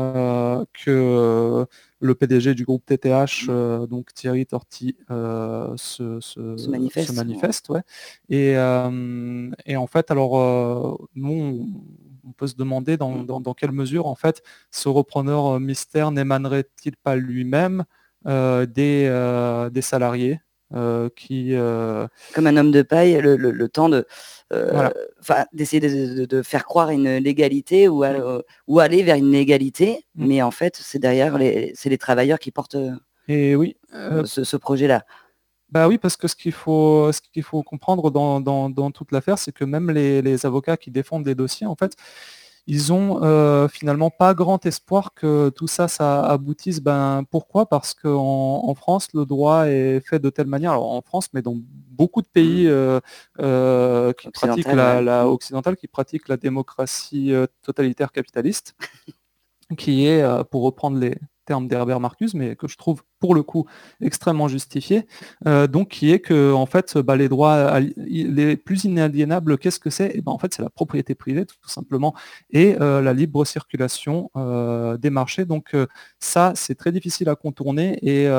que le PDG du groupe TTH, donc Thierry Torti, se manifeste. Ouais. Et en fait, alors nous, on peut se demander dans quelle mesure en fait ce repreneur mystère n'émanerait-il pas lui-même des salariés qui comme un homme de paille, le temps de d'essayer de faire croire une légalité ou aller vers une légalité, mais en fait c'est derrière c'est les travailleurs qui portent ce projet-là. Oui, parce que ce qu'il faut comprendre dans toute l'affaire, c'est que même les avocats qui défendent les dossiers, en fait, ils ont finalement pas grand espoir que tout ça aboutisse. Pourquoi? Parce qu'en France, le droit est fait de telle manière, alors en France, mais dans beaucoup de pays qui pratiquent occidentale, qui pratiquent la démocratie totalitaire capitaliste, qui est, pour reprendre les termes d'Herbert Marcuse, mais que je trouve pour le coup extrêmement justifié, donc qui est que en fait les droits les plus inaliénables, qu'est-ce que c'est? En fait c'est la propriété privée tout simplement et la libre circulation des marchés, donc ça c'est très difficile à contourner et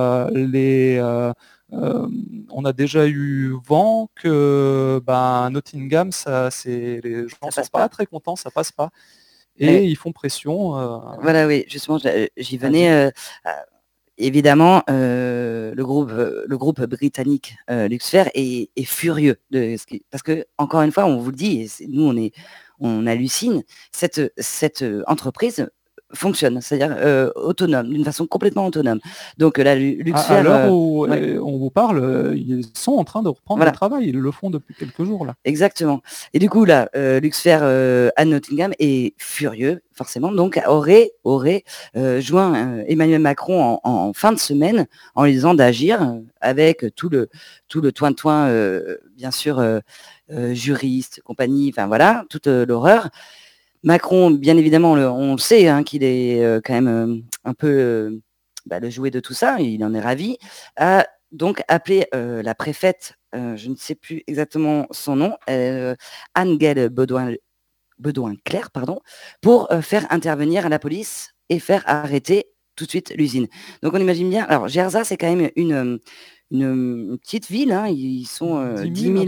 on a déjà eu vent que Nottingham, les gens ne sont pas très contents, ça passe pas. Et ils font pression. Voilà, oui, justement, j'y venais. Évidemment, le groupe britannique Luxfer est furieux parce que encore une fois, on vous le dit, et nous on hallucine, cette entreprise fonctionne, c'est-à-dire autonome, d'une façon complètement autonome. Donc là, Luxfer... À l'heure où on vous parle, ils sont en train de reprendre le travail, ils le font depuis quelques jours là. Exactement. Et du coup là, Luxfer à Nottingham est furieux, forcément, donc aurait joint Emmanuel Macron en fin de semaine en lui disant d'agir avec tout le toin-toin, bien sûr, juriste, compagnie, enfin voilà, toute l'horreur. Macron, bien évidemment, on le sait, qu'il est quand même un peu le jouet de tout ça, il en est ravi, a donc appelé la préfète, je ne sais plus exactement son nom, Anne-Gaëlle Bedoin-Clerc, pour faire intervenir la police et faire arrêter tout de suite l'usine. Donc on imagine bien, alors Gerza, c'est quand même une petite ville, ils sont 10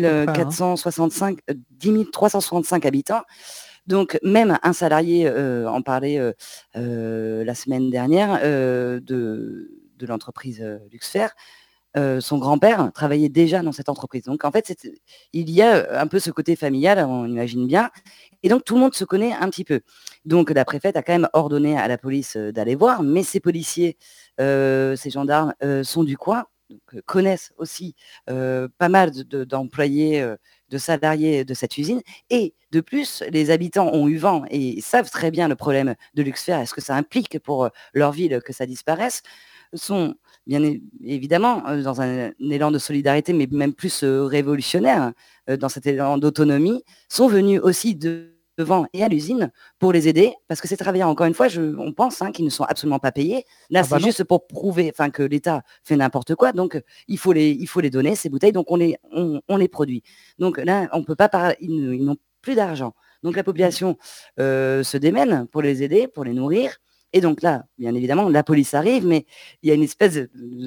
365 habitants. Donc, même un salarié en parlait la semaine dernière de l'entreprise Luxfer. Son grand-père travaillait déjà dans cette entreprise. Donc, en fait, il y a un peu ce côté familial, on imagine bien. Et donc, tout le monde se connaît un petit peu. Donc, la préfète a quand même ordonné à la police d'aller voir, mais ces policiers, ces gendarmes sont du coin, donc, connaissent aussi pas mal d'employés, de salariés de cette usine. Et de plus, les habitants ont eu vent et savent très bien le problème de Luxfer. Est-ce que ça implique pour leur ville que ça disparaisse? sont bien évidemment dans un élan de solidarité, mais même plus révolutionnaire, dans cet élan d'autonomie, sont venus aussi devant et à l'usine pour les aider, parce que ces travailleurs, encore une fois, on pense qu'ils ne sont absolument pas payés. Là, c'est juste pour prouver que l'État fait n'importe quoi, donc il faut les donner, ces bouteilles, donc on les produit. Donc là, on ne peut pas parler, ils n'ont plus d'argent. Donc la population se démène pour les aider, pour les nourrir. Et donc là, bien évidemment, la police arrive, mais il y a une espèce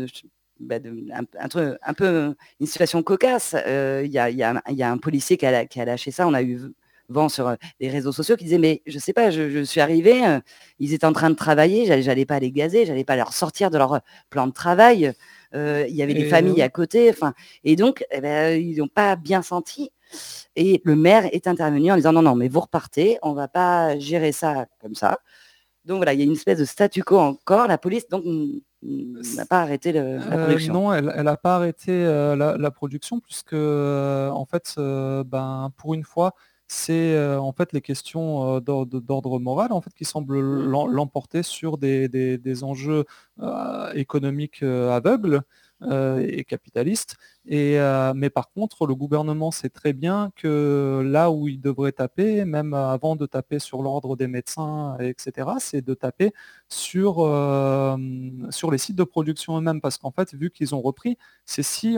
un peu une situation cocasse. Il y a un policier qui a lâché ça. On a eu vent sur les réseaux sociaux qui disait, mais je sais pas, je suis arrivé, ils étaient en train de travailler, j'allais pas les gazer, j'allais pas leur sortir de leur plan de travail. Il y avait des familles à côté. Et donc, ils n'ont pas bien senti. Et le maire est intervenu en disant, non, mais vous repartez, on va pas gérer ça comme ça. Donc voilà, il y a une espèce de statu quo encore. La police donc n'a pas arrêté la production. Non, elle n'a pas arrêté la production puisque en fait, pour une fois, c'est en fait les questions d'ordre moral en fait qui semblent l'emporter sur des enjeux économiques aveugles et capitalistes. Mais par contre, le gouvernement sait très bien que là où il devrait taper, même avant de taper sur l'ordre des médecins, etc., c'est de taper sur les sites de production eux-mêmes, parce qu'en fait, vu qu'ils ont repris, c'est si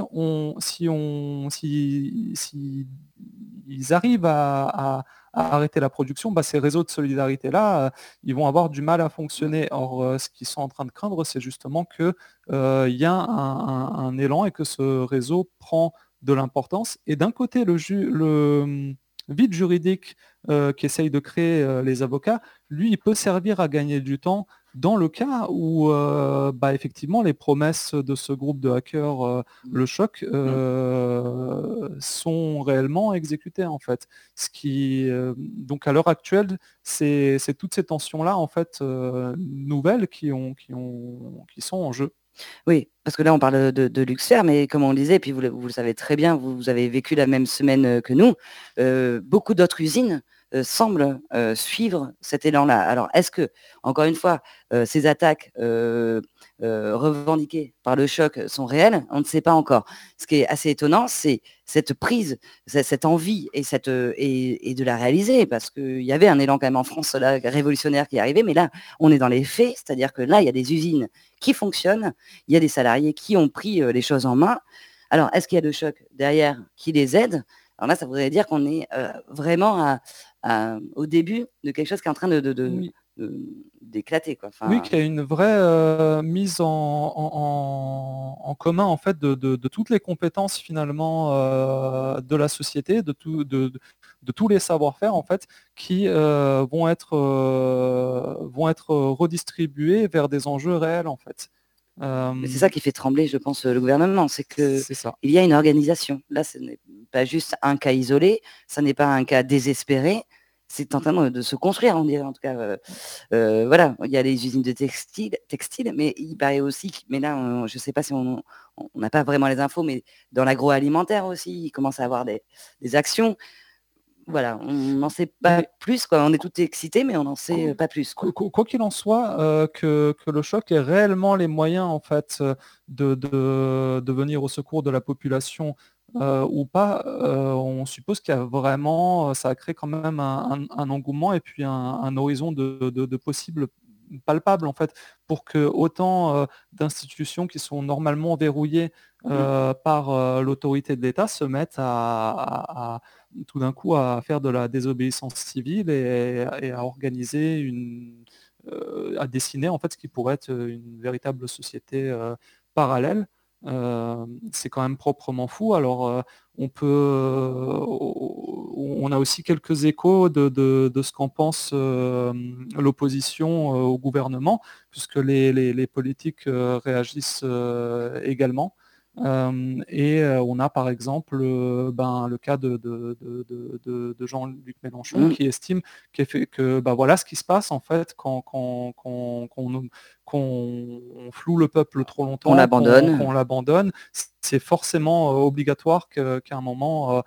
ils arrivent à arrêter la production, ces réseaux de solidarité-là, ils vont avoir du mal à fonctionner. Or, ce qu'ils sont en train de craindre, c'est justement qu'il y a un élan et que ce réseau prend de l'importance. Et d'un côté, le vide juridique qu'essayent de créer les avocats, lui, il peut servir à gagner du temps dans le cas où effectivement les promesses de ce groupe de hackers, le choc, sont réellement exécutées en fait. Ce qui donc à l'heure actuelle, c'est toutes ces tensions-là en fait nouvelles qui sont en jeu. Oui, parce que là on parle de Luxfer, mais comme on le disait, puis vous le savez très bien, vous avez vécu la même semaine que nous, beaucoup d'autres usines semblent suivre cet élan-là. Alors est-ce que, encore une fois, ces attaques revendiquées par le choc sont réelles? On ne sait pas encore. Ce qui est assez étonnant, c'est cette prise, cette envie et de la réaliser, parce qu'il y avait un élan quand même en France là, révolutionnaire qui arrivait, mais là on est dans les faits, c'est-à-dire que là il y a des usines qui fonctionnent, il y a des salariés qui ont pris les choses en main. Alors est-ce qu'il y a le choc derrière qui les aide? Alors là ça voudrait dire qu'on est vraiment au début de quelque chose qui est en train d'éclater, quoi. Oui, qu'il y a une vraie mise en commun en fait de toutes les compétences finalement de la société, de tous les savoir-faire en fait qui vont être redistribués vers des enjeux réels en fait. Mais c'est ça qui fait trembler, je pense, le gouvernement, c'est qu'il y a une organisation. Là, ce n'est pas juste un cas isolé, ça n'est pas un cas désespéré, c'est en train de se construire, on dirait en tout cas. Voilà, il y a les usines de textiles, mais il paraît aussi, mais là, je ne sais pas si on n'a pas vraiment les infos, mais dans l'agroalimentaire aussi, il commence à avoir des actions. Voilà, on n'en sait pas plus, quoi. On est tout excités, mais on n'en sait pas plus. Quoi qu'il en soit, que le choc ait réellement les moyens en fait de venir au secours de la population ou pas, on suppose qu'il y a vraiment, ça a créé quand même un engouement et puis un horizon de possibles palpables en fait, pour que autant d'institutions qui sont normalement verrouillées par l'autorité de l'État se mettent à tout d'un coup à faire de la désobéissance civile et à organiser à dessiner en fait ce qui pourrait être une véritable société parallèle. C'est quand même proprement fou. Alors on a aussi quelques échos de ce qu'en pense l'opposition au gouvernement, puisque les politiques réagissent également. On a par exemple le cas de Jean-Luc Mélenchon qui estime que voilà ce qui se passe en fait quand on floue le peuple trop longtemps, qu'on l'abandonne. qu'on l'abandonne, c'est forcément obligatoire qu'à un moment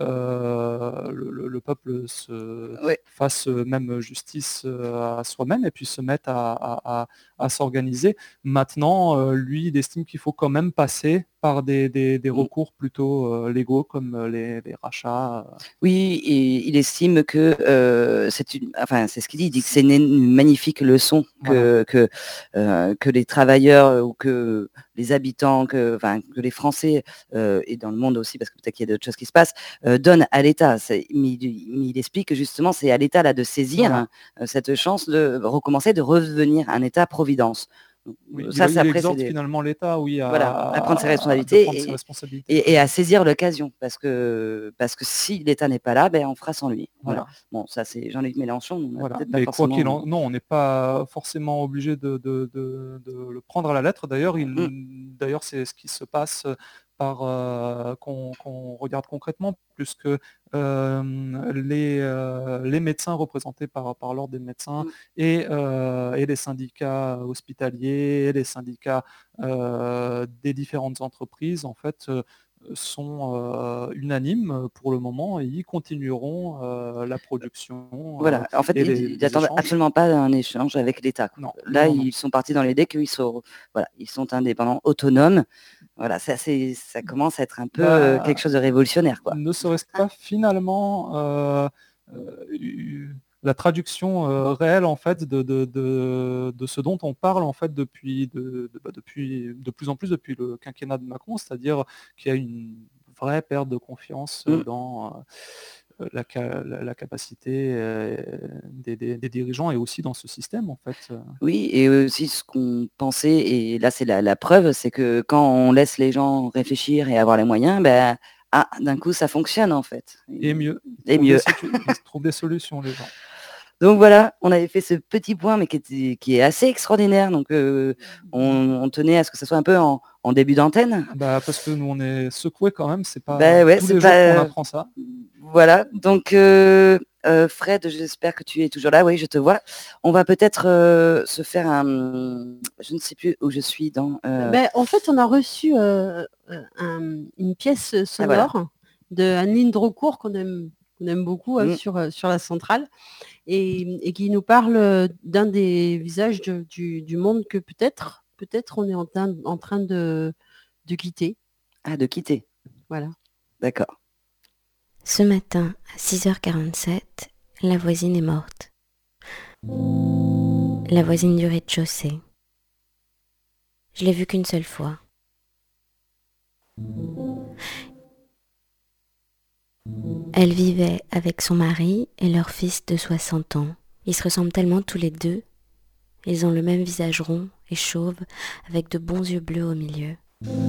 le peuple fasse même justice à soi-même et puis se mette à s'organiser. Maintenant, lui, il estime qu'il faut quand même passer par des recours plutôt légaux comme les rachats. Oui, et il estime que c'est ce qu'il dit. Il dit que c'est une magnifique leçon que les travailleurs ou que les habitants, que les Français et dans le monde aussi, parce que peut-être qu'il y a d'autres choses qui se passent, donnent à l'État. Mais il explique que justement c'est à l'État là de saisir cette chance de recommencer, de revenir à un État-providence. Oui, il exhorte finalement l'État à prendre ses responsabilités, et à saisir l'occasion, parce que si l'État n'est pas là, on fera sans lui. Voilà. Bon, ça c'est Jean-Luc Mélenchon. Mais quoi qu'il en... Non, on n'est pas forcément obligé de le prendre à la lettre. D'ailleurs, c'est ce qui se passe qu'on regarde concrètement, puisque les médecins représentés par l'ordre des médecins et les syndicats hospitaliers, et les syndicats des différentes entreprises, en fait, sont unanimes pour le moment, et ils continueront la production. Voilà, en fait, ils n'attendent absolument pas un échange avec l'État. Là, ils sont partis dans l'idée qu'ils sont indépendants, autonomes. Voilà, ça commence à être un peu quelque chose de révolutionnaire, quoi. Ne serait-ce pas finalement la traduction réelle en fait de ce dont on parle en fait depuis de plus en plus depuis le quinquennat de Macron, c'est-à-dire qu'il y a une vraie perte de confiance dans la capacité des dirigeants et aussi dans ce système en fait. Oui, et aussi ce qu'on pensait, et là c'est la preuve, c'est que quand on laisse les gens réfléchir et avoir les moyens, d'un coup ça fonctionne en fait. Et mieux. Ils trouvent des solutions les gens. Donc voilà, on avait fait ce petit point, mais qui est assez extraordinaire. Donc on tenait à ce que ça soit un peu en début d'antenne. Parce que nous on est secoués quand même, c'est pas tous les jours qu'on apprend ça. Voilà, donc Fred, j'espère que tu es toujours là. Oui, je te vois. On va peut-être se faire je ne sais plus où je suis dans... En fait, on a reçu une pièce sonore de Anne-Lyne Drocourt qu'on aime beaucoup sur la centrale, et qui nous parle d'un des visages du monde que peut-être on est en train de quitter. Ah, de quitter. Voilà. D'accord. Ce matin, à 6h47, la voisine est morte. La voisine du rez-de-chaussée. Je l'ai vue qu'une seule fois. Elle vivait avec son mari et leur fils de 60 ans. Ils se ressemblent tellement tous les deux. Ils ont le même visage rond et chauve, avec de bons yeux bleus au milieu.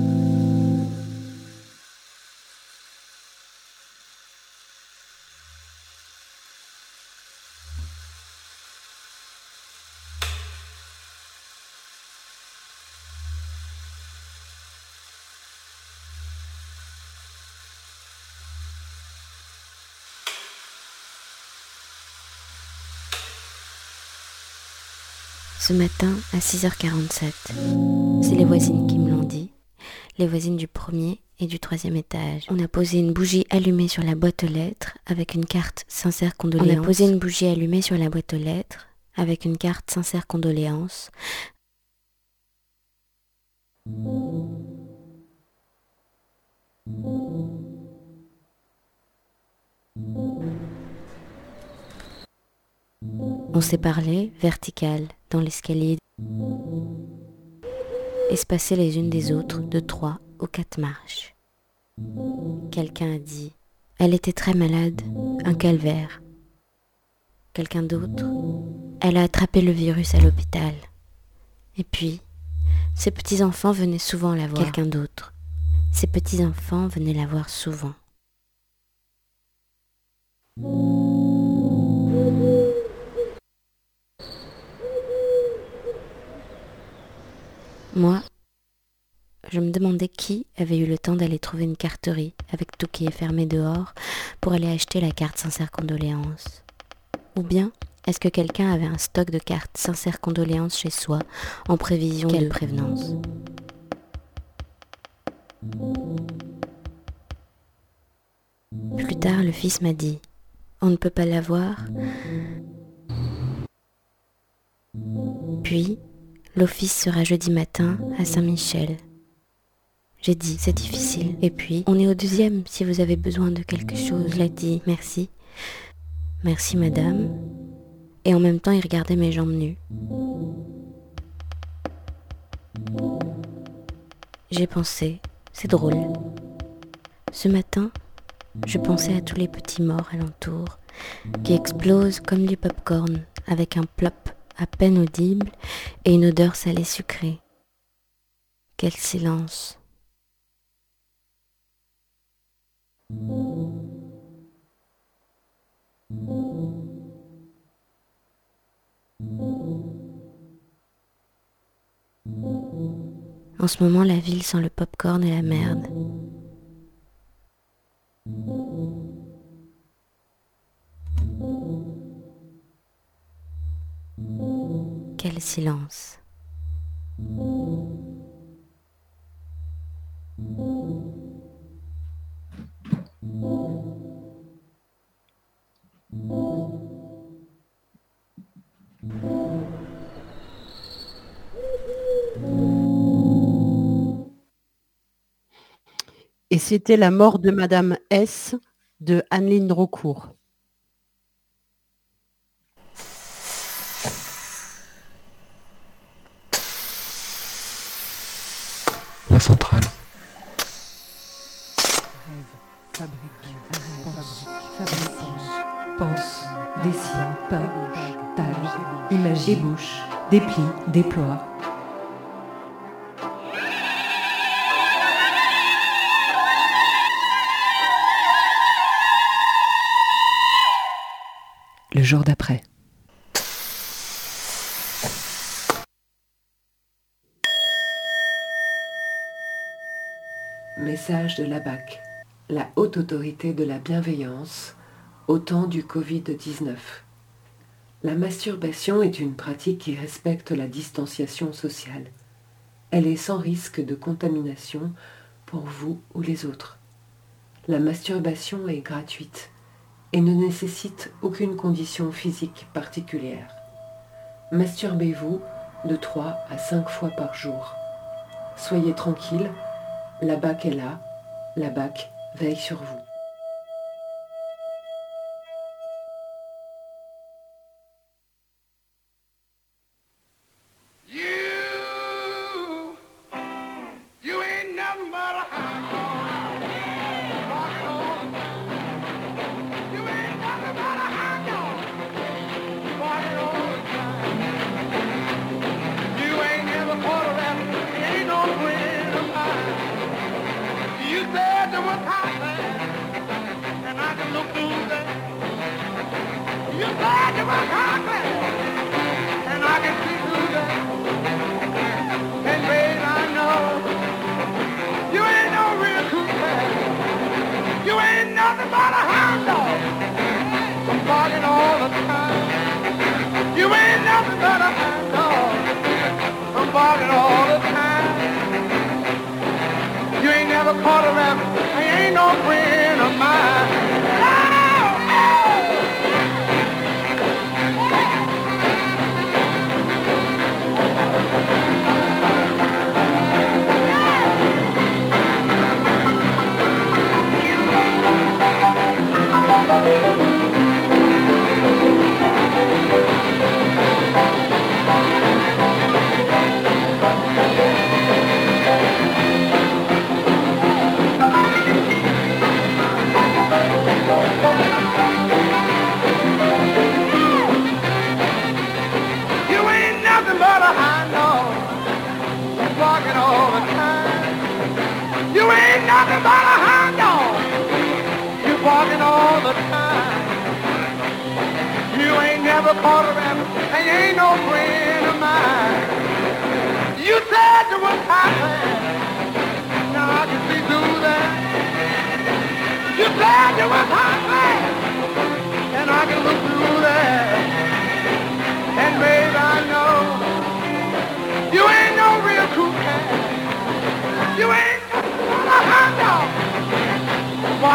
Ce matin, à 6h47, c'est les voisines qui me l'ont dit, les voisines du 1er et du 3e étage. On a posé une bougie allumée sur la boîte aux lettres avec une carte sincère condoléances. On a posé une bougie allumée sur la boîte aux lettres avec une carte sincère condoléances. On s'est parlé vertical dans l'escalier, espacées les unes des autres de 3 ou 4 marches. Quelqu'un a dit « Elle était très malade, un calvaire ». Quelqu'un d'autre « Elle a attrapé le virus à l'hôpital ». Et puis, ses petits-enfants venaient souvent la voir. Quelqu'un d'autre « Ses petits-enfants venaient la voir souvent ». Moi, je me demandais qui avait eu le temps d'aller trouver une carterie avec tout qui est fermé dehors pour aller acheter la carte sincère condoléances. Ou bien, est-ce que quelqu'un avait un stock de cartes sincère condoléances chez soi en prévision de prévenance ? Plus tard, le fils m'a dit « On ne peut pas l'avoir ». Puis, l'office sera jeudi matin à Saint-Michel. J'ai dit « C'est difficile ». Et puis, on est au 2e si vous avez besoin de quelque chose. Il a dit « Merci ». « Merci madame ». Et en même temps, il regardait mes jambes nues. J'ai pensé, c'est drôle. Ce matin, je pensais à tous les petits morts alentour, qui explosent comme du pop-corn, avec un plop à peine audible et une odeur salée sucrée. Quel silence. En ce moment, la ville sent le pop-corn et la merde. Quel silence. Et c'était La mort de Madame S de Anneline Drocourt. La centrale. Pense, dessine, peint, tâche, imagine, ébauche, déplie, déploie. Le jour d'après. Message de la BAC, la haute autorité de la bienveillance, au temps du Covid-19. La masturbation est une pratique qui respecte la distanciation sociale. Elle est sans risque de contamination pour vous ou les autres. La masturbation est gratuite et ne nécessite aucune condition physique particulière. Masturbez-vous de 3 à 5 fois par jour. Soyez tranquille, la BAC est là, la BAC veille sur vous.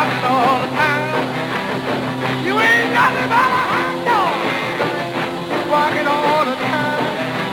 barking all the time. You ain't nothing but a hot dog. You barking all the time.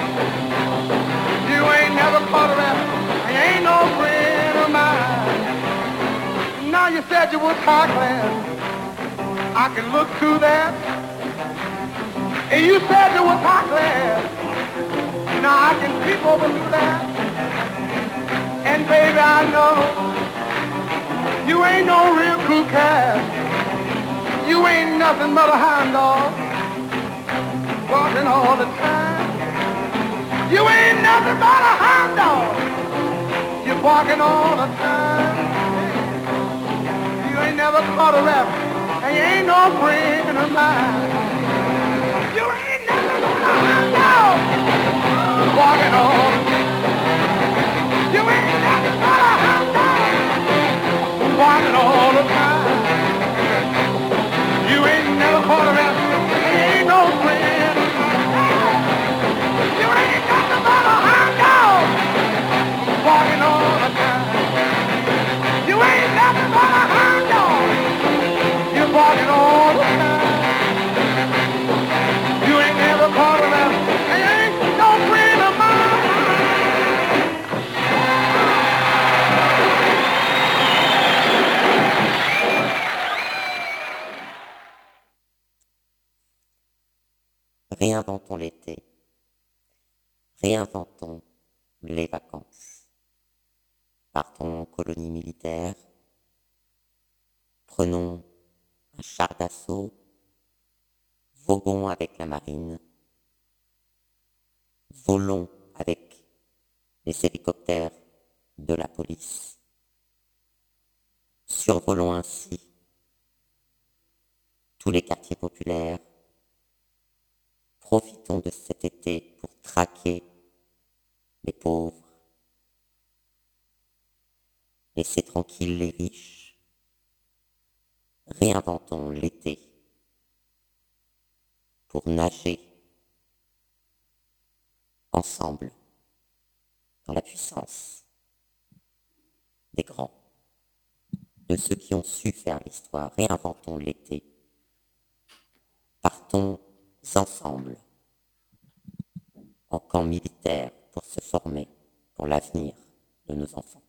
You ain't never caught a rabbit. You ain't no friend of mine. Now you said you was high class. I can look through that. And you said you was high class. Now I can peep over through that. And baby, I know you ain't no real cool cat. You ain't nothing but a hound dog, barking all the time. You ain't nothing but a hound dog. You're barking all the time. You ain't never caught a rabbit, and you ain't no friend of mine. You ain't nothing but a hound dog, barking all the time. You ain't nothing but a hound dog, barking all the time. You ain't never caught a rabbit, and you ain't no friend. You ain't nothing but a hound dog, barking all the time. You ain't nothing but a hound dog, you're barking all the time. You ain't never caught a rabbit, and you ain't no friend of mine. Réinventons l'été. Réinventons les vacances. Partons en colonie militaire. Prenons un char d'assaut. Voguons avec la marine. Volons avec les hélicoptères de la police. Survolons ainsi tous les quartiers populaires. Profitons de cet été pour traquer les pauvres, laisser tranquilles les riches. Réinventons l'été pour nager ensemble dans la puissance des grands, de ceux qui ont su faire l'histoire. Réinventons l'été. Partons ensemble en camp militaire pour se former pour l'avenir de nos enfants.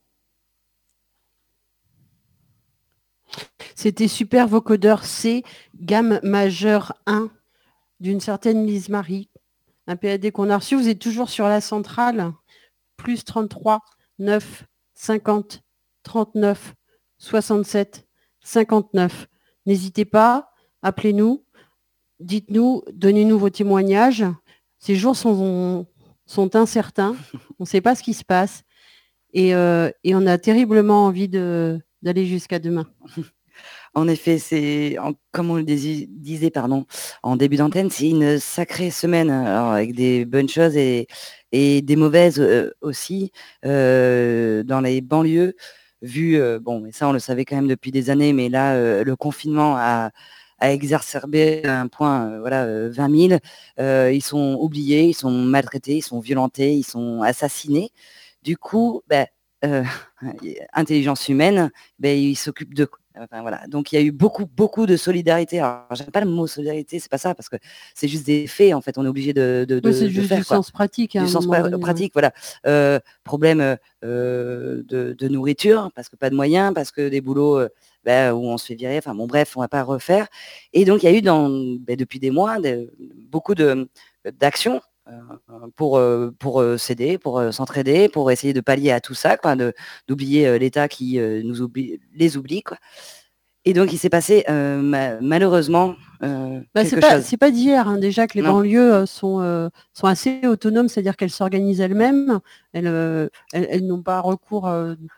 C'était super vocodeur C, gamme majeure 1, d'une certaine Lise Marie. Un PAD qu'on a reçu, vous êtes toujours sur la centrale, plus 33 9 50 39 67 59. N'hésitez pas, appelez-nous. Dites-nous, donnez-nous vos témoignages. Ces jours sont incertains. On ne sait pas ce qui se passe. Et on a terriblement envie d'aller jusqu'à demain. En effet, comme on le disait en début d'antenne, c'est une sacrée semaine, alors, avec des bonnes choses et des mauvaises aussi dans les banlieues. Mais ça on le savait quand même depuis des années, mais là le confinement a exacerbé un point, 20 000. Ils sont oubliés, ils sont maltraités, ils sont violentés, ils sont assassinés. Du coup, intelligence humaine, ils s'occupent de... Enfin, voilà. Donc il y a eu beaucoup de solidarité. Alors j'aime pas le mot solidarité, c'est pas ça, parce que c'est juste des faits en fait. On est obligé de c'est juste faire, du sens pratique. Du sens pratique, voilà. Problème de nourriture, parce que pas de moyens, parce que des boulots où on se fait virer. Enfin bon, bref, on va pas refaire. Et donc il y a eu depuis des mois beaucoup d'actions pour s'aider, pour s'entraider, pour essayer de pallier à tout ça, d'oublier l'État qui les oublie, quoi. Et donc il s'est passé malheureusement quelque chose. C'est pas d'hier, hein, déjà que les banlieues sont assez autonomes, c'est-à-dire qu'elles s'organisent elles-mêmes, elles n'ont pas recours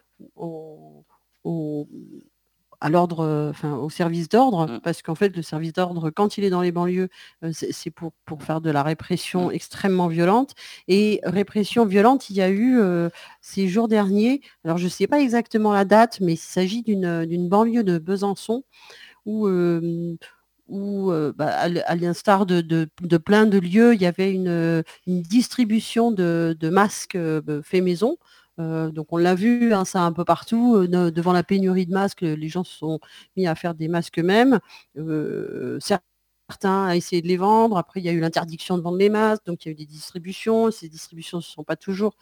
à l'ordre, au service d'ordre, parce qu'en fait le service d'ordre, quand il est dans les banlieues, c'est pour faire de la répression extrêmement violente. Et répression violente, il y a eu ces jours derniers, alors je ne sais pas exactement la date, mais il s'agit d'une banlieue de Besançon où à l'instar de plein de lieux, il y avait une distribution de masques faits maison Donc on l'a vu, hein, ça un peu partout. Devant la pénurie de masques, les gens se sont mis à faire des masques eux-mêmes. Certains à essayer de les vendre. Après, il y a eu l'interdiction de vendre les masques, donc il y a eu des distributions. Ces distributions se sont pas toujours,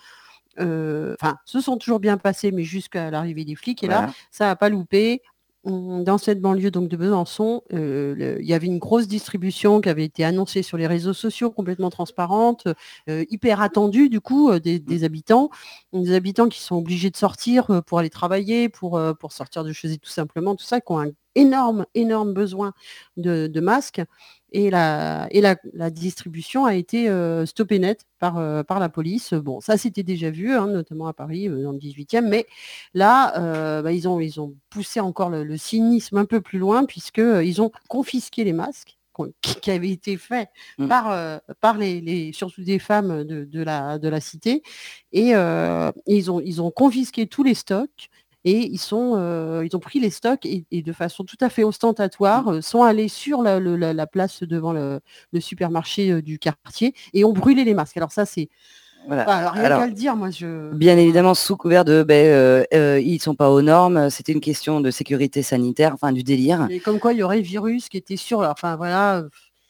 se sont toujours bien passées, mais jusqu'à l'arrivée des flics. Et là, Voilà. ça n'a pas loupé. Dans cette banlieue donc de Besançon, il y avait une grosse distribution qui avait été annoncée sur les réseaux sociaux, complètement transparente, hyper attendue du coup des habitants qui sont obligés de sortir pour aller travailler, pour sortir de chez eux tout simplement, tout ça, qui ont un énorme besoin de masques. Et la distribution a été stoppée net par la police. Bon, ça c'était déjà vu, hein, notamment à Paris, dans le 18e, mais là, ils ont poussé encore le cynisme un peu plus loin, puisqu'ils ont confisqué les masques qui avaient été faits par les surtout des femmes de la cité, et ils ont confisqué tous les stocks. Et ils ont pris les stocks et de façon tout à fait ostentatoire, sont allés sur la place devant le supermarché du quartier et ont brûlé les masques. Alors ça, c'est... Voilà. Alors, rien Alors, qu'à le dire, moi, bien évidemment, sous couvert de ils sont pas aux normes, c'était une question de sécurité sanitaire, enfin du délire. Et comme quoi, il y aurait virus qui était sur... Enfin, voilà...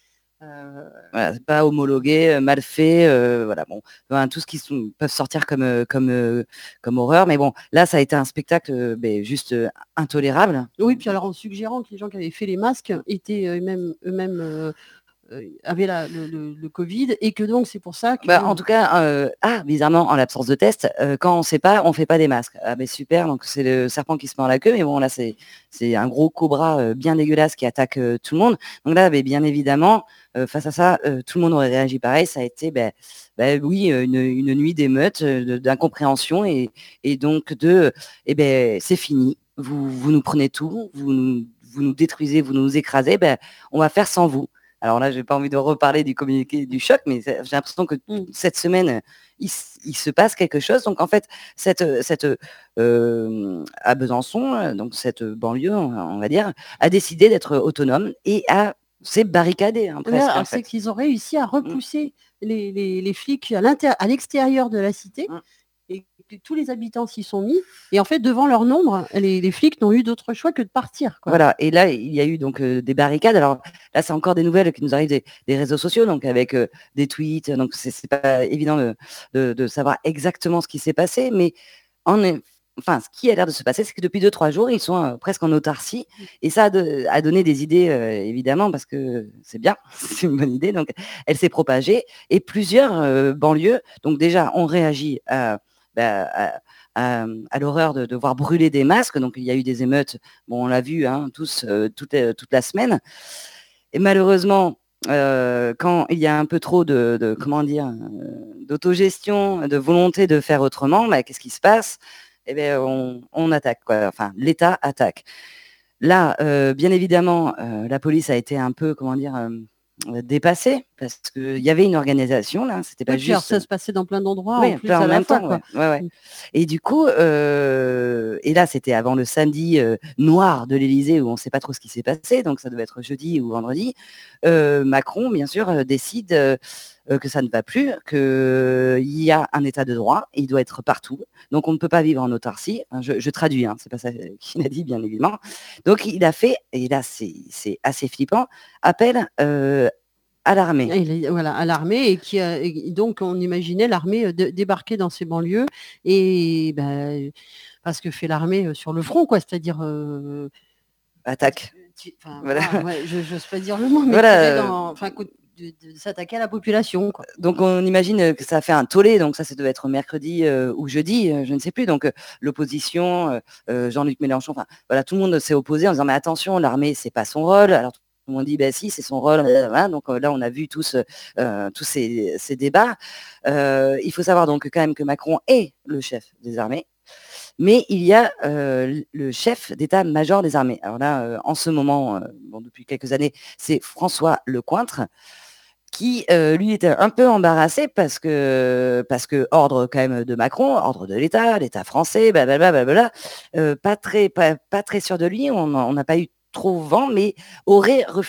Voilà, c'est pas homologué, mal fait, voilà, bon, tout ce qui peuvent sortir comme horreur, mais bon, là, ça a été un spectacle juste intolérable. Oui, puis alors en suggérant que les gens qui avaient fait les masques étaient eux-mêmes avaient le Covid, et que donc c'est pour ça que... En tout cas, bizarrement, en l'absence de test, quand on sait pas, on fait pas des masques. Ah super, donc c'est le serpent qui se mord la queue, mais bon, là, c'est un gros cobra bien dégueulasse qui attaque tout le monde. Donc là, bien évidemment, face à ça, tout le monde aurait réagi pareil. Ça a été, oui, une nuit d'émeute, d'incompréhension, et donc c'est fini. Vous nous prenez tout, vous nous détruisez, vous nous écrasez, on va faire sans vous. Alors là, j'ai pas envie de reparler du communiqué du choc, mais j'ai l'impression que cette semaine, il se passe quelque chose. Donc en fait, à Besançon, donc cette banlieue, on va dire, a décidé d'être autonome et s'est barricadée, hein, presque. Alors, c'est qu'ils ont réussi à repousser les flics à l'extérieur de la cité, et que tous les habitants s'y sont mis. Et en fait, devant leur nombre, les flics n'ont eu d'autre choix que de partir, quoi. Voilà, et là, il y a eu donc des barricades. Alors là, c'est encore des nouvelles qui nous arrivent des réseaux sociaux, donc avec des tweets. Donc c'est pas évident de savoir exactement ce qui s'est passé, mais ce qui a l'air de se passer, c'est que depuis 2-3 jours, ils sont presque en autarcie, et ça a donné des idées, évidemment, parce que c'est bien, c'est une bonne idée. Donc elle s'est propagée, et plusieurs banlieues, donc déjà, ont réagi à l'horreur de devoir brûler des masques. Donc il y a eu des émeutes, bon, on l'a vu, hein, tous toute la semaine. Et malheureusement, quand il y a un peu trop d'autogestion, de volonté de faire autrement, qu'est-ce qui se passe? On attaque, quoi. Enfin, l'État attaque. Là, bien évidemment, la police a été un peu, dépassée, parce qu'il y avait une organisation, là, c'était pas juste... Ça se passait dans plein d'endroits, oui, en plus, en même temps, quoi. Ouais. Et du coup, et là, c'était avant le samedi noir de l'Élysée, où on ne sait pas trop ce qui s'est passé, donc ça devait être jeudi ou vendredi. Macron, bien sûr, décide que ça ne va plus, qu'il y a un état de droit, et il doit être partout. Donc on ne peut pas vivre en autarcie. Je traduis, hein, c'est pas ça qu'il a dit, bien évidemment. Donc il a fait, et là c'est assez flippant, appel à l'armée. Voilà, à l'armée, et donc on imaginait l'armée débarquer dans ces banlieues, et parce que fait l'armée sur le front, quoi, c'est-à-dire attaque. Voilà. Je n'ose pas dire le mot, mais voilà, de s'attaquer à la population, quoi. Donc on imagine que ça a fait un tollé, donc ça devait être mercredi ou jeudi, je ne sais plus. Donc l'opposition, Jean-Luc Mélenchon, voilà, tout le monde s'est opposé en disant mais attention, l'armée c'est pas son rôle. Alors tout le monde dit si, c'est son rôle. Donc là on a vu tous ces débats. Il faut savoir donc quand même que Macron est le chef des armées, mais il y a le chef d'état-major des armées. Alors là, en ce moment, depuis quelques années, c'est François Lecointre, qui lui était un peu embarrassé parce que ordre quand même de Macron, ordre de l'État français, blablabla, pas très sûr de lui, on n'a pas eu trop vent, mais aurait refusé.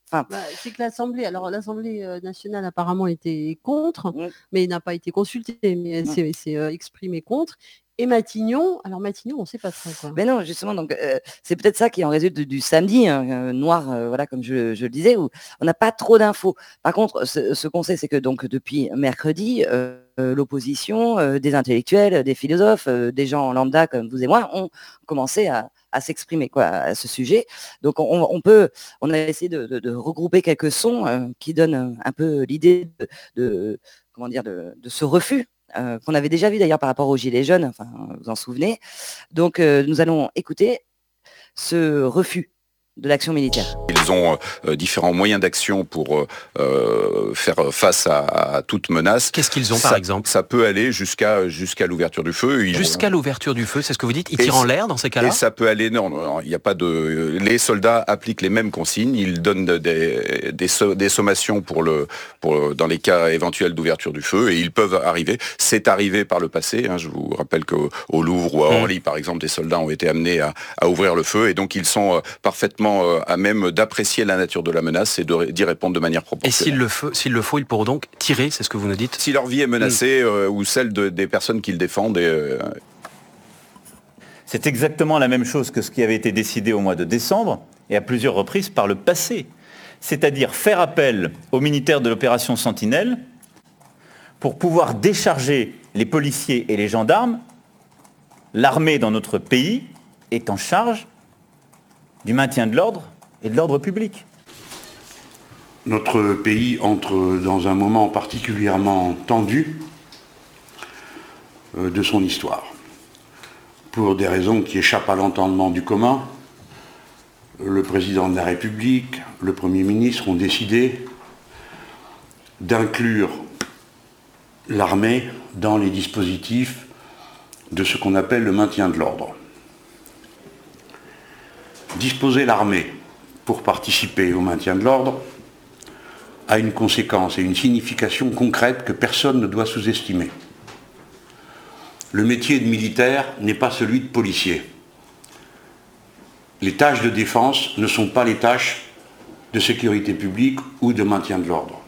C'est que l'Assemblée nationale apparemment était contre, mais n'a pas été consultée, mais elle s'est exprimée contre. Et Matignon, on ne sait pas trop. Mais non, justement, donc c'est peut-être ça qui en résulte du samedi noir, voilà, comme je le disais, où on n'a pas trop d'infos. Par contre, ce qu'on sait, c'est que donc depuis mercredi, l'opposition, des intellectuels, des philosophes, des gens lambda comme vous et moi, ont commencé à s'exprimer à ce sujet. Donc on a essayé de regrouper quelques sons qui donnent un peu l'idée de ce refus qu'on avait déjà vu d'ailleurs par rapport aux Gilets jaunes, enfin vous vous en souvenez. Donc nous allons écouter ce refus de l'action militaire. Ils ont différents moyens d'action pour faire face à toute menace. Qu'est-ce qu'ils ont par exemple ? Ça peut aller jusqu'à l'ouverture du feu. Jusqu'à l'ouverture du feu, c'est ce que vous dites ? Ils tirent en l'air dans ces cas-là ? Et ça peut aller, non, il n'y a pas de... Les soldats appliquent les mêmes consignes, ils donnent des sommations dans les cas éventuels d'ouverture du feu, et ils peuvent arriver. C'est arrivé par le passé, je vous rappelle qu'au Louvre ou à Orly, par exemple, des soldats ont été amenés à ouvrir le feu, et donc ils sont parfaitement à même d'apprécier la nature de la menace et d'y répondre de manière proportionnelle. Et s'il le faut, ils pourront donc tirer, c'est ce que vous nous dites ? Si leur vie est menacée ou celle des personnes qu'ils défendent. C'est exactement la même chose que ce qui avait été décidé au mois de décembre et à plusieurs reprises par le passé. C'est-à-dire faire appel aux militaires de l'opération Sentinelle pour pouvoir décharger les policiers et les gendarmes. L'armée dans notre pays est en charge du maintien de l'ordre et de l'ordre public. Notre pays entre dans un moment particulièrement tendu de son histoire. Pour des raisons qui échappent à l'entendement du commun, le président de la République, le Premier ministre ont décidé d'inclure l'armée dans les dispositifs de ce qu'on appelle le maintien de l'ordre. Disposer l'armée pour participer au maintien de l'ordre a une conséquence et une signification concrète que personne ne doit sous-estimer. Le métier de militaire n'est pas celui de policier. Les tâches de défense ne sont pas les tâches de sécurité publique ou de maintien de l'ordre.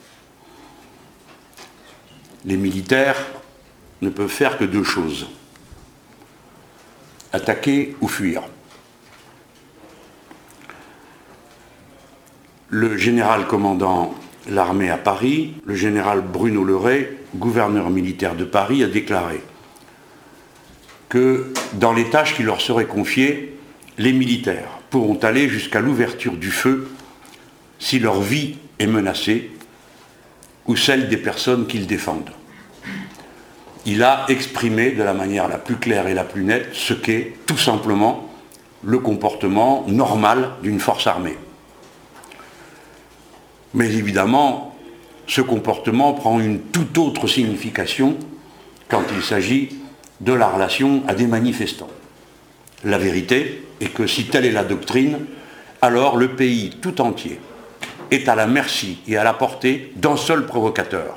Les militaires ne peuvent faire que deux choses: attaquer ou fuir. Le général commandant l'armée à Paris, le général Bruno Le Ray, gouverneur militaire de Paris, a déclaré que dans les tâches qui leur seraient confiées, les militaires pourront aller jusqu'à l'ouverture du feu si leur vie est menacée ou celle des personnes qu'ils défendent. Il a exprimé de la manière la plus claire et la plus nette ce qu'est tout simplement le comportement normal d'une force armée. Mais évidemment, ce comportement prend une toute autre signification quand il s'agit de la relation à des manifestants. La vérité est que si telle est la doctrine, alors le pays tout entier est à la merci et à la portée d'un seul provocateur.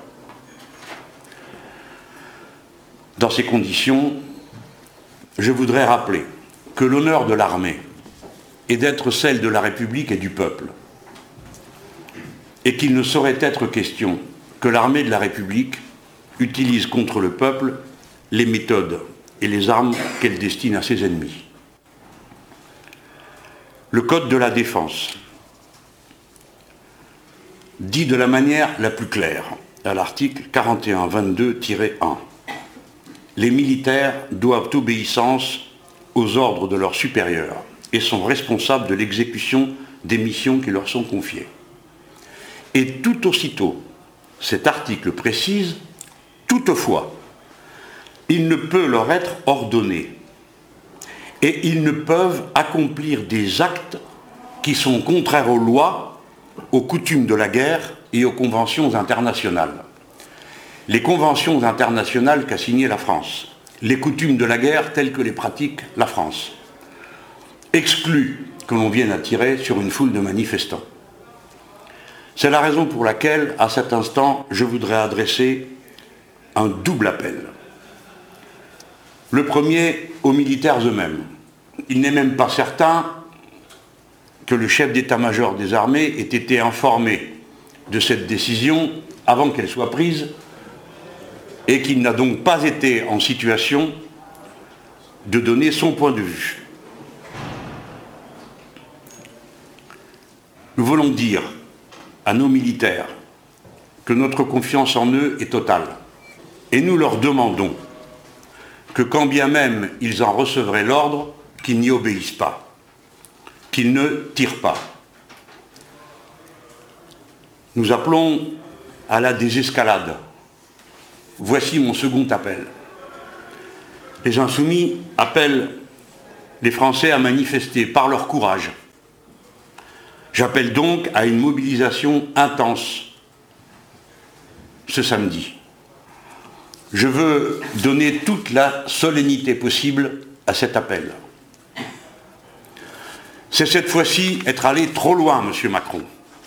Dans ces conditions, je voudrais rappeler que l'honneur de l'armée est d'être celle de la République et du peuple, et qu'il ne saurait être question que l'armée de la République utilise contre le peuple les méthodes et les armes qu'elle destine à ses ennemis. Le Code de la défense dit de la manière la plus claire, à l'article 4122-1, les militaires doivent obéissance aux ordres de leurs supérieurs et sont responsables de l'exécution des missions qui leur sont confiées. Et tout aussitôt, cet article précise, toutefois, il ne peut leur être ordonné et ils ne peuvent accomplir des actes qui sont contraires aux lois, aux coutumes de la guerre et aux conventions internationales. Les conventions internationales qu'a signées la France, les coutumes de la guerre telles que les pratique la France, excluent que l'on vienne à tirer sur une foule de manifestants. C'est la raison pour laquelle, à cet instant, je voudrais adresser un double appel. Le premier, aux militaires eux-mêmes. Il n'est même pas certain que le chef d'état-major des armées ait été informé de cette décision avant qu'elle soit prise et qu'il n'a donc pas été en situation de donner son point de vue. Nous voulons dire à nos militaires que notre confiance en eux est totale. Et nous leur demandons que quand bien même ils en recevraient l'ordre, qu'ils n'y obéissent pas, qu'ils ne tirent pas. Nous appelons à la désescalade. Voici mon second appel. Les Insoumis appellent les Français à manifester par leur courage. J'appelle donc à une mobilisation intense ce samedi. Je veux donner toute la solennité possible à cet appel. C'est cette fois-ci être allé trop loin, Monsieur Macron.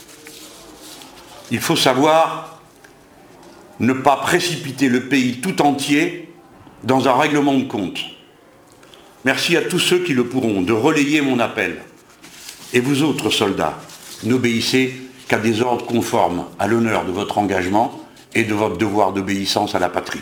Il faut savoir ne pas précipiter le pays tout entier dans un règlement de compte. Merci à tous ceux qui le pourront de relayer mon appel. Et vous autres soldats, n'obéissez qu'à des ordres conformes à l'honneur de votre engagement et de votre devoir d'obéissance à la patrie.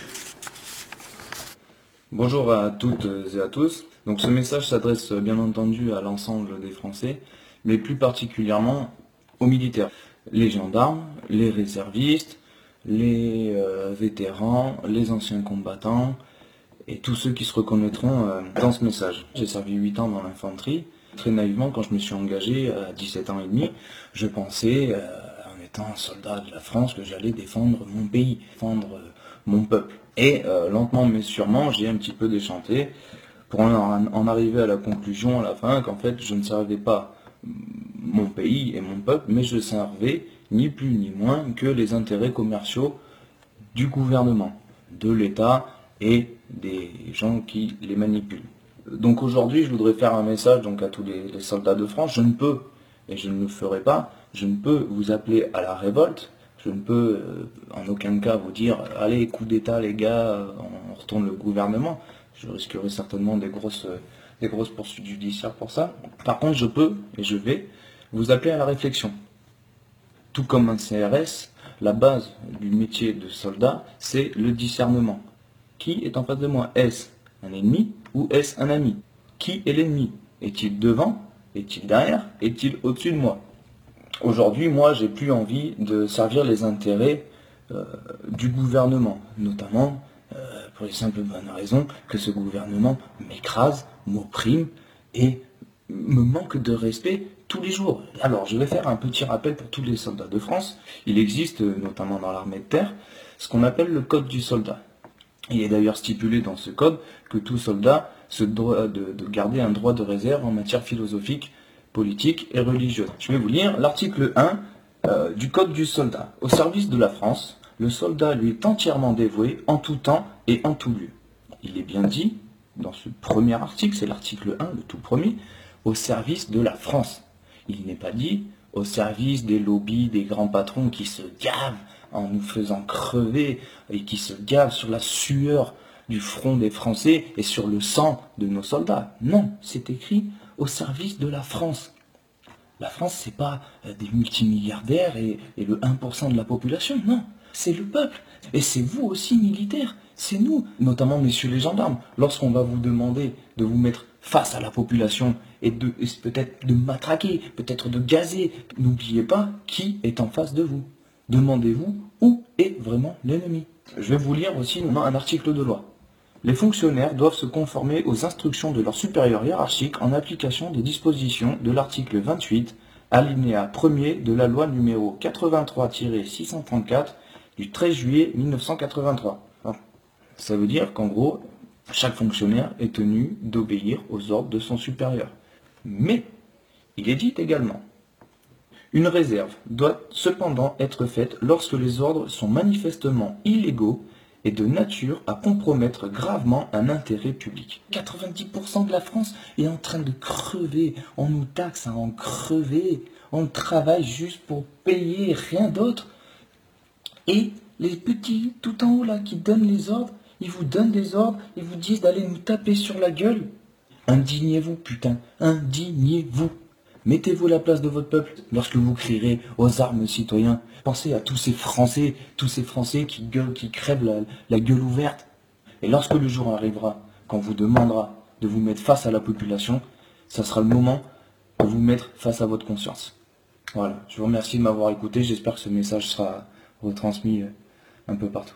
Bonjour à toutes et à tous. Donc ce message s'adresse bien entendu à l'ensemble des Français, mais plus particulièrement aux militaires. Les gendarmes, les réservistes, les vétérans, les anciens combattants et tous ceux qui se reconnaîtront dans ce message. J'ai servi 8 ans dans l'infanterie. Très naïvement, quand je me suis engagé à 17 ans et demi, je pensais, en étant un soldat de la France, que j'allais défendre mon pays, défendre mon peuple. Et lentement mais sûrement, j'ai un petit peu déchanté pour en arriver à la conclusion à la fin qu'en fait, je ne servais pas mon pays et mon peuple, mais je servais ni plus ni moins que les intérêts commerciaux du gouvernement, de l'État et des gens qui les manipulent. Donc aujourd'hui, je voudrais faire un message donc à tous les soldats de France. Je ne peux, et je ne le ferai pas, je ne peux vous appeler à la révolte. Je ne peux en aucun cas vous dire « Allez, coup d'État les gars, on retourne le gouvernement ». Je risquerai certainement des grosses poursuites judiciaires pour ça. Par contre, je peux, et je vais, vous appeler à la réflexion. Tout comme un CRS, la base du métier de soldat, c'est le discernement. Qui est en face de moi? Est-ce un ennemi ou est-ce un ami? Qui est l'ennemi? Est-il devant? Est-il derrière? Est-il au-dessus de moi? Aujourd'hui, moi, j'ai plus envie de servir les intérêts du gouvernement, notamment pour les simples bonnes raisons que ce gouvernement m'écrase, m'opprime et me manque de respect tous les jours. Alors, je vais faire un petit rappel pour tous les soldats de France. Il existe, notamment dans l'armée de terre, ce qu'on appelle le code du soldat. Il est d'ailleurs stipulé dans ce code que tout soldat se doit de garder un droit de réserve en matière philosophique, politique et religieuse. Je vais vous lire l'article 1 du code du soldat. Au service de la France, le soldat lui est entièrement dévoué en tout temps et en tout lieu. Il est bien dit, dans ce premier article, c'est l'article 1, le tout premier, au service de la France. Il n'est pas dit au service des lobbies, des grands patrons qui se gavent en nous faisant crever et qui se gavent sur la sueur du front des Français et sur le sang de nos soldats. Non, c'est écrit au service de la France. La France, c'est pas des multimilliardaires et le 1% de la population, non. C'est le peuple. Et c'est vous aussi, militaires. C'est nous, notamment messieurs les gendarmes. Lorsqu'on va vous demander de vous mettre face à la population et peut-être de matraquer, peut-être de gazer, n'oubliez pas qui est en face de vous. Demandez-vous où est vraiment l'ennemi. Je vais vous lire aussi un article de loi. Les fonctionnaires doivent se conformer aux instructions de leur supérieur hiérarchique en application des dispositions de l'article 28, alinéa 1er de la loi numéro 83-634 du 13 juillet 1983. Ça veut dire qu'en gros, chaque fonctionnaire est tenu d'obéir aux ordres de son supérieur. Mais, il est dit également, une réserve doit cependant être faite lorsque les ordres sont manifestement illégaux et de nature à compromettre gravement un intérêt public. 90% de la France est en train de crever, on nous taxe à en crever, on travaille juste pour payer, rien d'autre. Et les petits tout en haut là qui donnent les ordres, ils vous donnent des ordres, ils vous disent d'aller nous taper sur la gueule. Indignez-vous putain, indignez-vous. Mettez-vous à la place de votre peuple. Lorsque vous crierez aux armes citoyens, pensez à tous ces Français qui gueulent, qui crèvent la gueule ouverte. Et lorsque le jour arrivera, quand on vous demandera de vous mettre face à la population, ça sera le moment de vous mettre face à votre conscience. Voilà, je vous remercie de m'avoir écouté, j'espère que ce message sera retransmis un peu partout.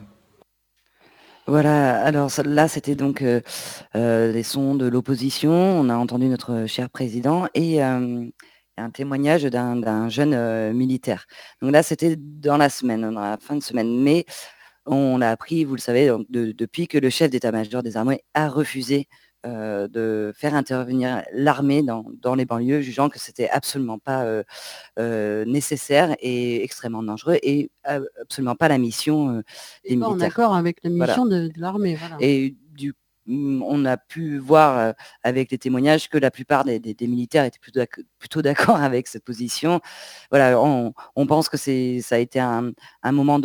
Voilà, alors là c'était donc les sons de l'opposition, on a entendu notre cher président et un témoignage d'un jeune militaire. Donc là c'était dans la semaine, dans la fin de semaine, mais on a appris, vous le savez, donc, depuis que le chef d'état-major des armées a refusé de faire intervenir l'armée dans les banlieues, jugeant que c'était absolument pas nécessaire et extrêmement dangereux et absolument pas la mission des militaires. En accord avec la mission Voilà. de l'armée. Voilà. Et on a pu voir avec les témoignages que la plupart des militaires étaient plutôt d'accord avec cette position. Voilà, on pense que ça a été un moment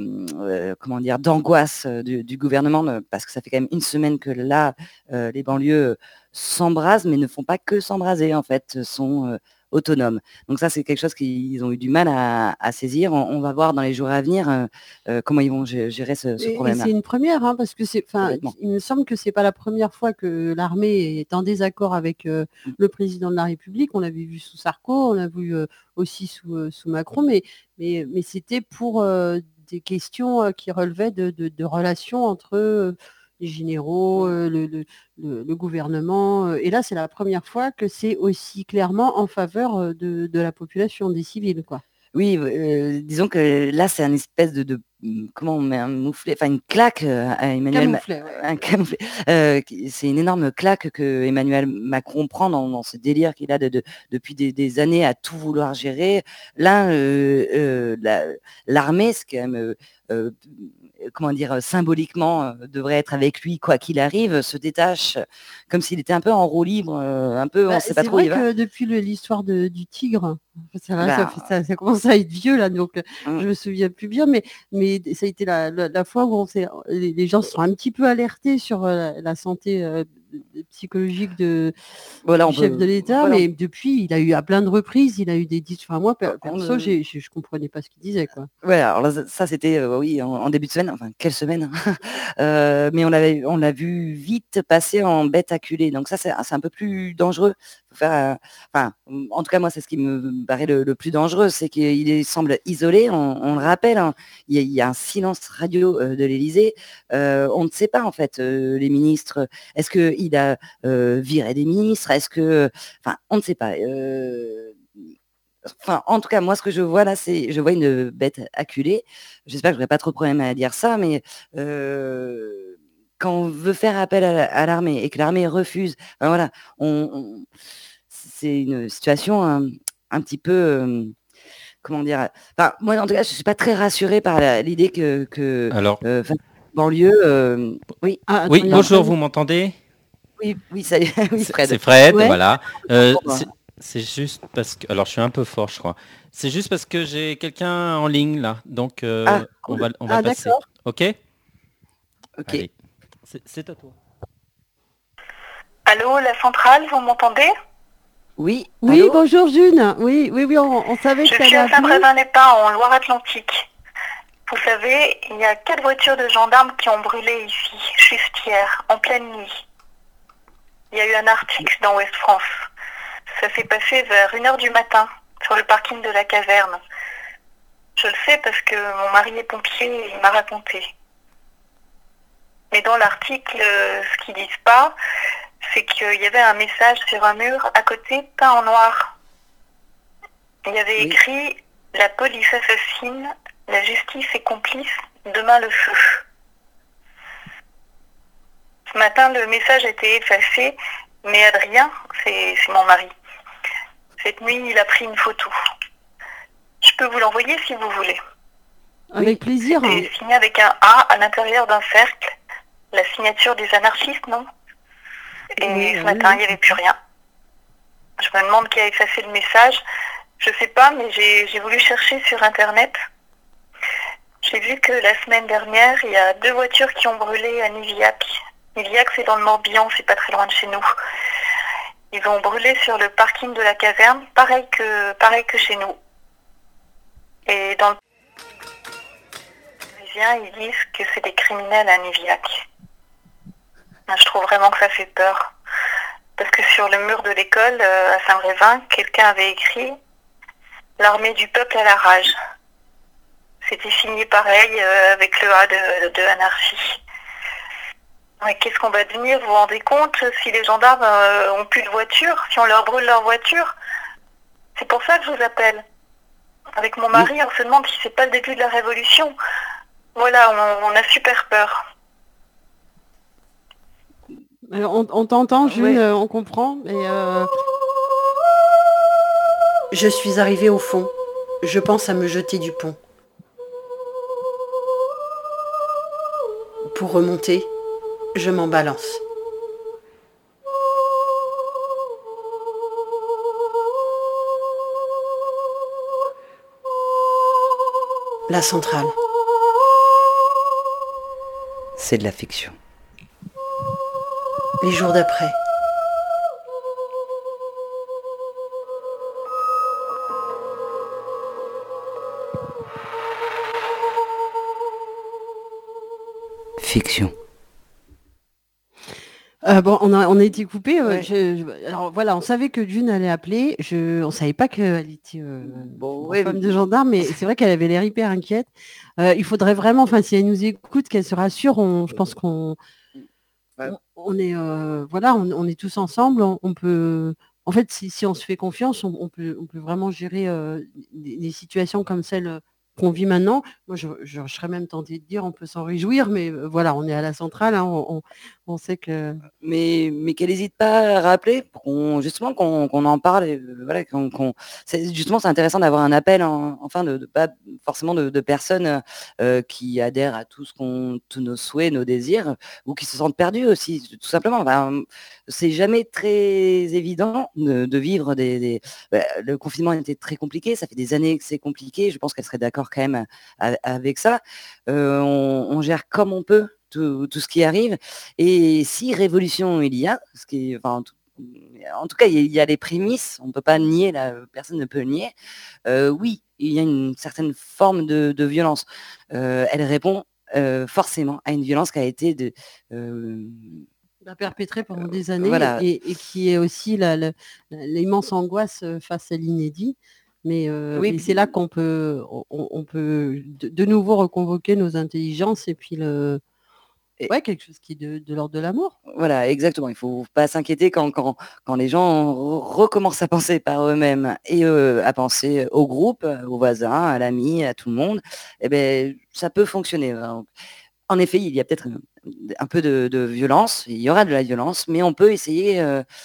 d'angoisse du gouvernement, parce que ça fait quand même une semaine que là, les banlieues s'embrasent, mais ne font pas que s'embraser, en fait, sont autonomes. Donc ça, c'est quelque chose qu'ils ont eu du mal à saisir. On va voir dans les jours à venir comment ils vont gérer ce problème-là. C'est une première, hein, parce que il me semble que c'est pas la première fois que l'armée est en désaccord avec le président de la République. On l'avait vu sous Sarko, on l'a vu aussi sous Macron, mais c'était pour des questions qui relevaient de relations entre les généraux, le gouvernement. Et là, c'est la première fois que c'est aussi clairement en faveur de la population, des civils, quoi. Oui, disons que là, c'est un espèce comment on met un mouflet, enfin une claque à Emmanuel Camouflet, ouais. Un camouflet. C'est une énorme claque que Emmanuel Macron prend dans ce délire qu'il a depuis des années à tout vouloir gérer. Là, l'armée, c'est quand même symboliquement devrait être avec lui quoi qu'il arrive, se détache comme s'il était un peu en roue libre, on ne sait pas trop où il va. C'est vrai que depuis l'histoire du tigre, ça commence à être vieux là, donc je me souviens plus bien, mais ça a été la fois où les gens se sont un petit peu alertés sur la santé psychologique du chef de l'État, mais depuis, il a eu à plein de reprises, il a eu des moi perso, je comprenais pas ce qu'il disait, quoi. Ouais, alors là, ça c'était oui en début de semaine, enfin quelle semaine, mais on l'a vu vite passer en bête acculée, donc ça c'est un peu plus dangereux. Faut faire, en tout cas moi c'est ce qui me paraît le plus dangereux, c'est qu'il semble isolé. On le rappelle, hein, il y a un silence radio de l'Élysée. On ne sait pas en fait les ministres. Est-ce qu'il a viré des ministres? Est-ce que, on ne sait pas. En tout cas, moi, ce que je vois là, je vois une bête acculée. J'espère que je n'aurai pas trop de problème à dire ça, mais quand on veut faire appel à l'armée et que l'armée refuse, voilà, c'est une situation un petit peu, comment dire. Moi, en tout cas, je ne suis pas très rassurée par l'idée que banlieue. Oui. Oui, bonjour, vous m'entendez? Oui, salut. Oui, Fred. C'est Fred, ouais. Voilà. C'est juste parce que... Alors, je suis un peu fort, je crois. C'est juste parce que j'ai quelqu'un en ligne, là. Donc, on va passer. D'accord. OK. Allez. C'est à toi. Allô, la centrale, vous m'entendez? Oui. Oui, allô. Bonjour June. Oui, on savait que je suis à Saint-Brévin-les-Pins, en Loire-Atlantique. Vous savez, il y a 4 voitures de gendarmes qui ont brûlé ici, juste hier, en pleine nuit. Il y a eu un article dans Ouest France. Ça s'est passé vers 1h du matin, sur le parking de la caserne. Je le sais parce que mon mari est pompier et il m'a raconté. Mais dans l'article, ce qu'ils disent pas, c'est qu'il y avait un message sur un mur à côté, peint en noir. Il y avait écrit « La police assassine, la justice est complice, demain le feu ». Ce matin, le message a été effacé, mais Adrien, c'est mon mari. Cette nuit, il a pris une photo. Je peux vous l'envoyer si vous voulez. Avec plaisir. C'est signé avec un A à l'intérieur d'un cercle. La signature des anarchistes, non? Et ce matin, il n'y avait plus rien. Je me demande qui a effacé le message. Je sais pas, mais j'ai voulu chercher sur Internet. J'ai vu que la semaine dernière, il y a 2 voitures qui ont brûlé à Nivillac. Nivillac, c'est dans le Morbihan, c'est pas très loin de chez nous. Ils ont brûlé sur le parking de la caserne, pareil que chez nous. Et dans le Parisien, ils disent que c'est des criminels à Niviac. Je trouve vraiment que ça fait peur. Parce que sur le mur de l'école, à Saint-Brévin, quelqu'un avait écrit « L'armée du peuple à la rage ». C'était signé pareil, avec le A de anarchie. Mais qu'est-ce qu'on va devenir, vous vous rendez compte, si les gendarmes ont plus de voiture, si on leur brûle leur voiture? C'est pour ça que je vous appelle. Avec mon mari, on se demande si c'est pas le début de la révolution. Voilà, on a super peur. On t'entend, Jules, on comprend. Je suis arrivée au fond. Je pense à me jeter du pont. Pour remonter, je m'en balance. La centrale. C'est de la fiction. Les jours d'après. Fiction. Bon, on a été coupé. Alors voilà, on savait que June allait appeler. On savait pas qu'elle était femme de gendarme, mais c'est vrai qu'elle avait l'air hyper inquiète. Il faudrait vraiment, enfin, si elle nous écoute, qu'elle se rassure. Je pense qu'on est tous ensemble. On peut, en fait, si on se fait confiance, on peut vraiment gérer des situations comme celle qu'on vit maintenant. Moi, je serais même tentée de dire on peut s'en réjouir, mais voilà, on est à la centrale, hein, on sait que... Mais qu'elle n'hésite pas à rappeler pour justement qu'on en parle. Et, voilà, justement, c'est intéressant d'avoir un appel, enfin, pas forcément de personnes qui adhèrent à tous nos souhaits, nos désirs, ou qui se sentent perdus aussi, tout simplement. Enfin, c'est jamais très évident de vivre le confinement était très compliqué, ça fait des années que c'est compliqué, je pense qu'elle serait d'accord quand même avec ça. On gère comme on peut tout ce qui arrive, et si révolution il y a, en tout cas il y a les prémices, on ne peut pas nier, personne ne peut le nier. Oui, il y a une certaine forme de violence. Elle répond forcément à une violence qui a été perpétrée pendant des années, voilà. et qui est aussi l'immense angoisse face à l'inédit. Mais c'est là qu'on peut, on peut de nouveau reconvoquer nos intelligences, et puis quelque chose qui est de l'ordre de l'amour. Voilà, exactement. Il ne faut pas s'inquiéter quand les gens recommencent à penser par eux-mêmes et à penser au groupe, aux voisins, à l'ami, à tout le monde. Eh ben, ça peut fonctionner. En effet, il y a peut-être un peu de violence. Il y aura de la violence, mais on peut essayer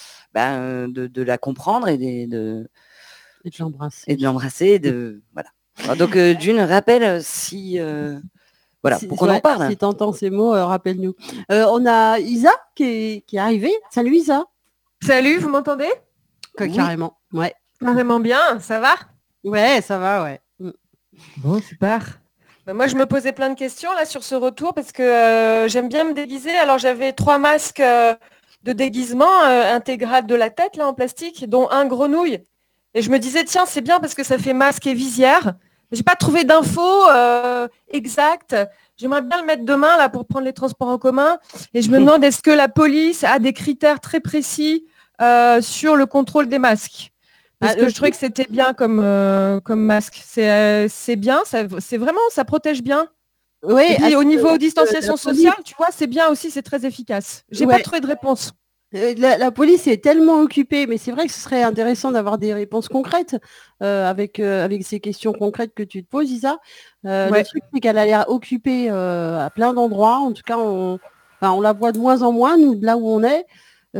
de la comprendre et de l'embrasser. Et de l'embrasser. Voilà. Donc, June, rappelle si... Voilà, pour qu'on en parle. Si t'entends ces mots, rappelle-nous. On a Isa qui est arrivée. Salut Isa. Salut, vous m'entendez? Carrément, ouais. Carrément bien, ça va? Ouais, ça va, ouais. Bon, super. Moi, je me posais plein de questions là sur ce retour, parce que j'aime bien me déguiser. Alors, j'avais 3 masques de déguisement intégral de la tête là en plastique, dont un grenouille. Et je me disais, tiens, c'est bien parce que ça fait masque et visière. J'ai pas trouvé d'infos exactes. J'aimerais bien le mettre demain là pour prendre les transports en commun. Et je me demande, est-ce que la police a des critères très précis sur le contrôle des masques? Parce que je trouvais que c'était bien comme masque. C'est bien, c'est vraiment, ça protège bien. Oui. Et puis, au niveau distanciation sociale, tu vois, c'est bien aussi, c'est très efficace. J'ai pas trouvé de réponse. La police est tellement occupée, mais c'est vrai que ce serait intéressant d'avoir des réponses concrètes avec ces questions concrètes que tu te poses, Isa. Le truc, c'est qu'elle a l'air occupée à plein d'endroits. En tout cas, on la voit de moins en moins, nous, de là où on est.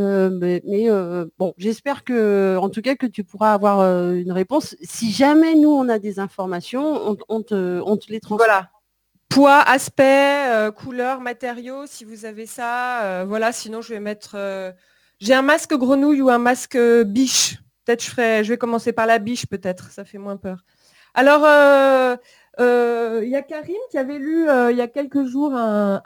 Bon, j'espère que, en tout cas, que tu pourras avoir une réponse. Si jamais nous, on a des informations, on te les transmet. Voilà. Poids, aspect, couleur, matériaux, si vous avez ça, voilà, sinon je vais mettre... J'ai un masque grenouille ou un masque biche. Peut-être je vais commencer par la biche, peut-être, ça fait moins peur. Alors, il y a Karim qui avait lu il y a quelques jours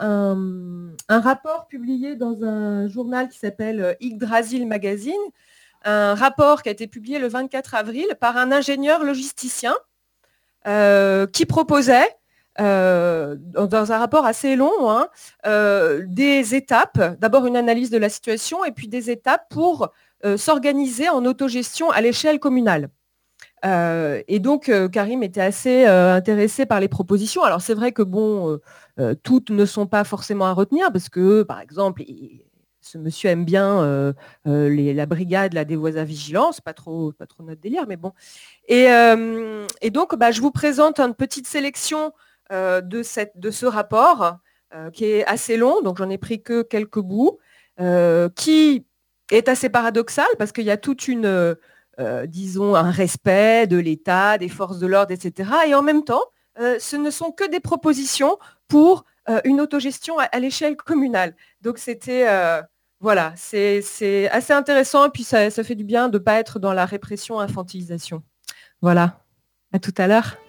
un rapport publié dans un journal qui s'appelle Yggdrasil Magazine, un rapport qui a été publié le 24 avril par un ingénieur logisticien qui proposait, dans un rapport assez long, des étapes, d'abord une analyse de la situation et puis des étapes pour s'organiser en autogestion à l'échelle communale. Et donc, Karim était assez intéressé par les propositions. Alors, c'est vrai que, toutes ne sont pas forcément à retenir parce que, par exemple, ce monsieur aime bien la brigade des voisins vigilants, c'est pas trop notre délire, mais bon. Et donc, je vous présente une petite sélection de ce rapport qui est assez long, donc j'en ai pris que quelques bouts, qui est assez paradoxal parce qu'il y a toute disons, un respect de l'État, des forces de l'ordre, etc. Et en même temps, ce ne sont que des propositions pour une autogestion à l'échelle communale. Donc c'était, voilà, c'est assez intéressant et puis ça fait du bien de ne pas être dans la répression, infantilisation. Voilà, à tout à l'heure.